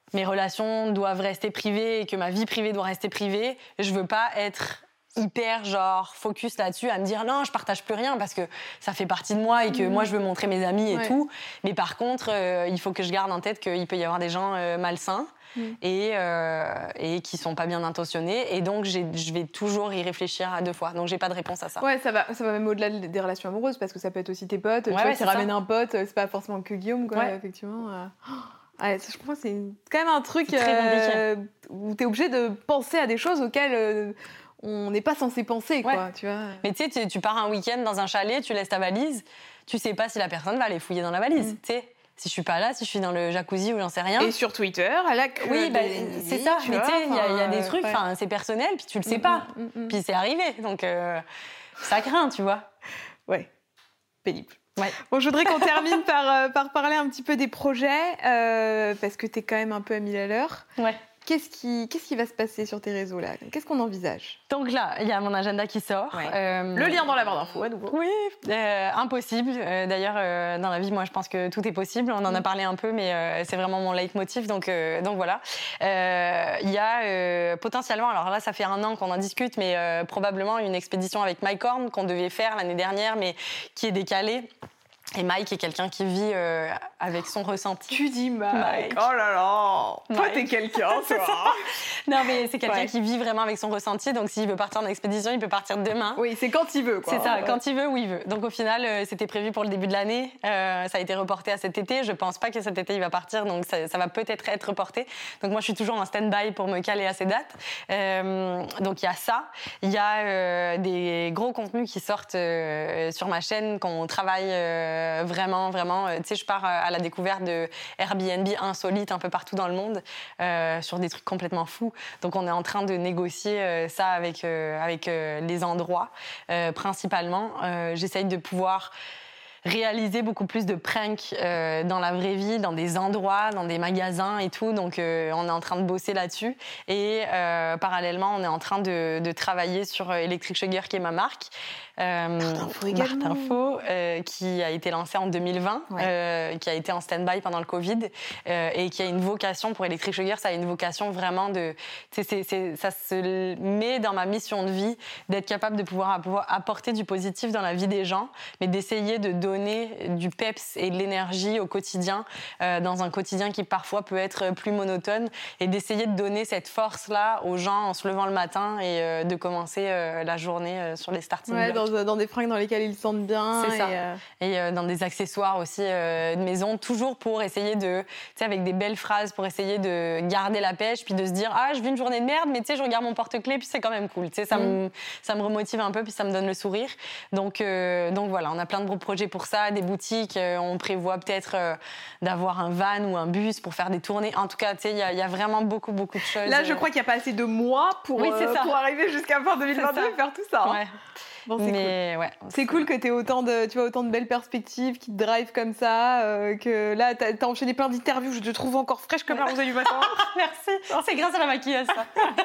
mes relations doivent rester privées et que ma vie privée doit rester privée. Je veux pas être hyper genre focus là-dessus, à me dire non, je partage plus rien parce que ça fait partie de moi et que mmh. moi je veux montrer mes amis et ouais. tout. Mais par contre, euh, il faut que je garde en tête qu'il peut y avoir des gens euh, malsains mmh. et, euh, et qui sont pas bien intentionnés. Et donc j'ai, je vais toujours y réfléchir à deux fois. Donc j'ai pas de réponse à ça. Ouais, ça va, ça va même au-delà des relations amoureuses parce que ça peut être aussi tes potes. Ouais, tu vois, ouais, qui ramènent un pote, c'est pas forcément que Guillaume, quoi. Ouais. Effectivement. Euh... Ouais, je crois que c'est quand même un truc euh, où t'es obligé de penser à des choses auxquelles euh, on n'est pas censé penser, quoi, ouais. tu vois. Mais tu sais, tu, tu pars un week-end dans un chalet, tu laisses ta valise, tu sais pas si la personne va aller fouiller dans la valise, mmh. tu sais. Si je suis pas là, si je suis dans le jacuzzi ou j'en sais rien. Et sur Twitter, à la queue. Oui, bah, c'est ça. Mais tu sais, il y, y a des trucs, ouais. c'est personnel, puis tu le sais mmh, pas. Mmh, mmh. Puis c'est arrivé, donc euh, ça craint, tu vois. Ouais, pénible. Ouais. Bon, je voudrais qu'on termine par, euh, par parler un petit peu des projets, euh, parce que t'es quand même un peu à mille à l'heure. Ouais. Qu'est-ce qui, qu'est-ce qui va se passer sur tes réseaux là ? Qu'est-ce qu'on envisage ? Donc là, il y a mon agenda qui sort. Ouais. Euh, Le lien dans la barre d'infos à nouveau. Oui, euh, impossible. Euh, d'ailleurs, euh, dans la vie, moi, je pense que tout est possible. On en a parlé un peu, mais euh, c'est vraiment mon leitmotiv. Donc, euh, donc voilà. Euh, il y a euh, potentiellement, alors là, ça fait un an qu'on en discute, mais euh, probablement une expédition avec Mike Horn qu'on devait faire l'année dernière, mais qui est décalée. Et Mike est quelqu'un qui vit euh, avec son ressenti. Tu dis Mike. Mike. Oh là là. Mike. Toi, t'es quelqu'un, toi. Non, mais c'est quelqu'un ouais. qui vit vraiment avec son ressenti. Donc, s'il veut partir en expédition, il peut partir demain. Oui, c'est quand il veut, quoi. C'est ça, ouais. quand il veut, où il veut. Donc, au final, euh, c'était prévu pour le début de l'année. Euh, ça a été reporté à cet été. Je pense pas que cet été, il va partir. Donc, ça, ça va peut-être être reporté. Donc, moi, je suis toujours en stand-by pour me caler à ces dates. Euh, donc, il y a ça. Il y a euh, des gros contenus qui sortent euh, sur ma chaîne, qu'on travaille euh, Euh, vraiment, vraiment, euh, tu sais, je pars à la découverte de Airbnb insolites un peu partout dans le monde, euh, sur des trucs complètement fous. Donc, on est en train de négocier euh, ça avec, euh, avec euh, les endroits, euh, principalement. Euh, j'essaye de pouvoir réaliser beaucoup plus de pranks euh, dans la vraie vie, dans des endroits, dans des magasins et tout. Donc, euh, on est en train de bosser là-dessus. Et euh, parallèlement, on est en train de, de travailler sur Electric Sugar, qui est ma marque. Euh, Martinfo également. Martinfo, euh, qui a été lancée en deux mille vingt, ouais. euh, qui a été en stand-by pendant le Covid, euh, et qui a une vocation pour Electric Sugar. Ça a une vocation vraiment de... C'est, c'est, c'est, ça se met dans ma mission de vie d'être capable de pouvoir, à pouvoir apporter du positif dans la vie des gens, mais d'essayer de donner du peps et de l'énergie au quotidien, euh, dans un quotidien qui parfois peut être plus monotone, et d'essayer de donner cette force-là aux gens en se levant le matin et euh, de commencer euh, la journée euh, sur les starting ouais, blocks. Dans, dans des fringues dans lesquelles ils se sentent bien. C'est et ça. Euh... Et euh, dans des accessoires aussi euh, de maison, toujours pour essayer de, tu sais, avec des belles phrases, pour essayer de garder la pêche, puis de se dire, ah, je vis une journée de merde, mais tu sais, je regarde mon porte-clés, puis c'est quand même cool. Tu sais, ça, mmh. me, ça me remotive un peu, puis ça me donne le sourire. Donc, euh, donc voilà, on a plein de beaux projets pour ça, des boutiques. Euh, on prévoit peut-être euh, d'avoir un van ou un bus pour faire des tournées. En tout cas, tu sais, il y, y a vraiment beaucoup, beaucoup de choses. Là, je crois qu'il n'y a pas assez de mois pour, oui, euh, pour arriver jusqu'à fin deux mille vingt-deux et faire tout ça. Hein. Ouais. Bon, c'est mais cool. Ouais, c'est cool que tu aies autant de, tu vois, autant de belles perspectives qui te drivent comme ça, euh, que là, tu as enchaîné plein d'interviews, je te trouve encore fraîche comme la rosée du matin. Merci, c'est grâce à la maquilleuse, ça.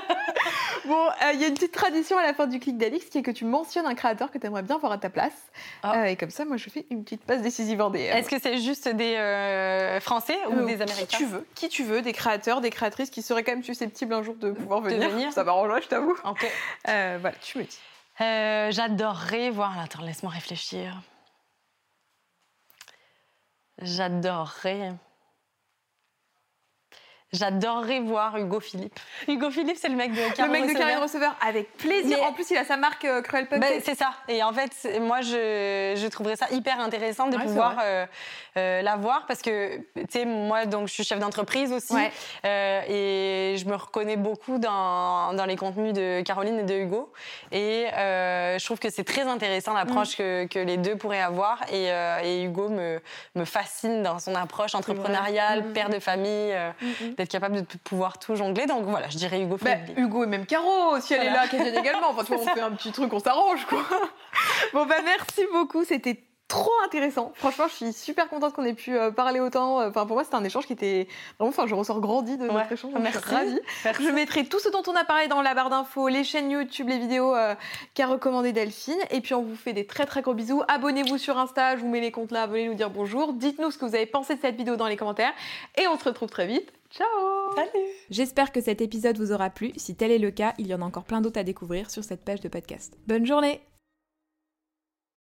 Bon, il euh, y a une petite tradition à la fin du Clic d'Alix, qui est que tu mentionnes un créateur que tu aimerais bien voir à ta place. Oh. Euh, et comme ça, moi, je fais une petite passe décisive en D M. Est-ce que c'est juste des euh, Français ou euh, des Américains ? Qui tu veux, qui tu veux, des créateurs, des créatrices qui seraient quand même susceptibles un jour de pouvoir venir. De venir. Ça m'arrangerait, je t'avoue. Ok. Euh, voilà, tu me dis. Euh, j'adorerais voir... Attends, laisse-moi réfléchir. J'adorerais... J'adorerais voir Hugo Philippe. Hugo Philippe, c'est le mec de Caron Le mec Receveur. de Caron Receveur, avec plaisir. Mais en plus, il a sa marque euh, Cruel Punk. Ben, c'est ça. Et en fait, moi, je, je trouverais ça hyper intéressant de ouais, pouvoir euh, euh, la voir parce que, tu sais, moi, donc, je suis chef d'entreprise aussi. Ouais. Euh, et je me reconnais beaucoup dans, dans les contenus de Caroline et de Hugo. Et euh, je trouve que c'est très intéressant l'approche mmh. que, que les deux pourraient avoir. Et, euh, et Hugo me, me fascine dans son approche entrepreneuriale, mmh. père de famille. Euh, mmh. D'être capable de pouvoir tout jongler. Donc voilà, je dirais Hugo Philippe. Bah, Hugo et même Caro, si elle voilà. est là, qu'elle vienne également. Enfin, tu vois, on fait un petit truc, on s'arrange, quoi. Bon, bah merci beaucoup, c'était trop intéressant. Franchement, je suis super contente qu'on ait pu euh, parler autant. Enfin, pour moi, c'était un échange qui était vraiment. Enfin, je ressors grandi de ouais. notre échange. Merci. Je suis ravie. Merci. Je mettrai tout ce dont on a parlé dans la barre d'infos, les chaînes YouTube, les vidéos euh, qu'a recommandé Delphine. Et puis, on vous fait des très très gros bisous. Abonnez-vous sur Insta. Je vous mets les comptes là. Venez nous dire bonjour. Dites-nous ce que vous avez pensé de cette vidéo dans les commentaires. Et on se retrouve très vite. Ciao. Salut. J'espère que cet épisode vous aura plu. Si tel est le cas, il y en a encore plein d'autres à découvrir sur cette page de podcast. Bonne journée.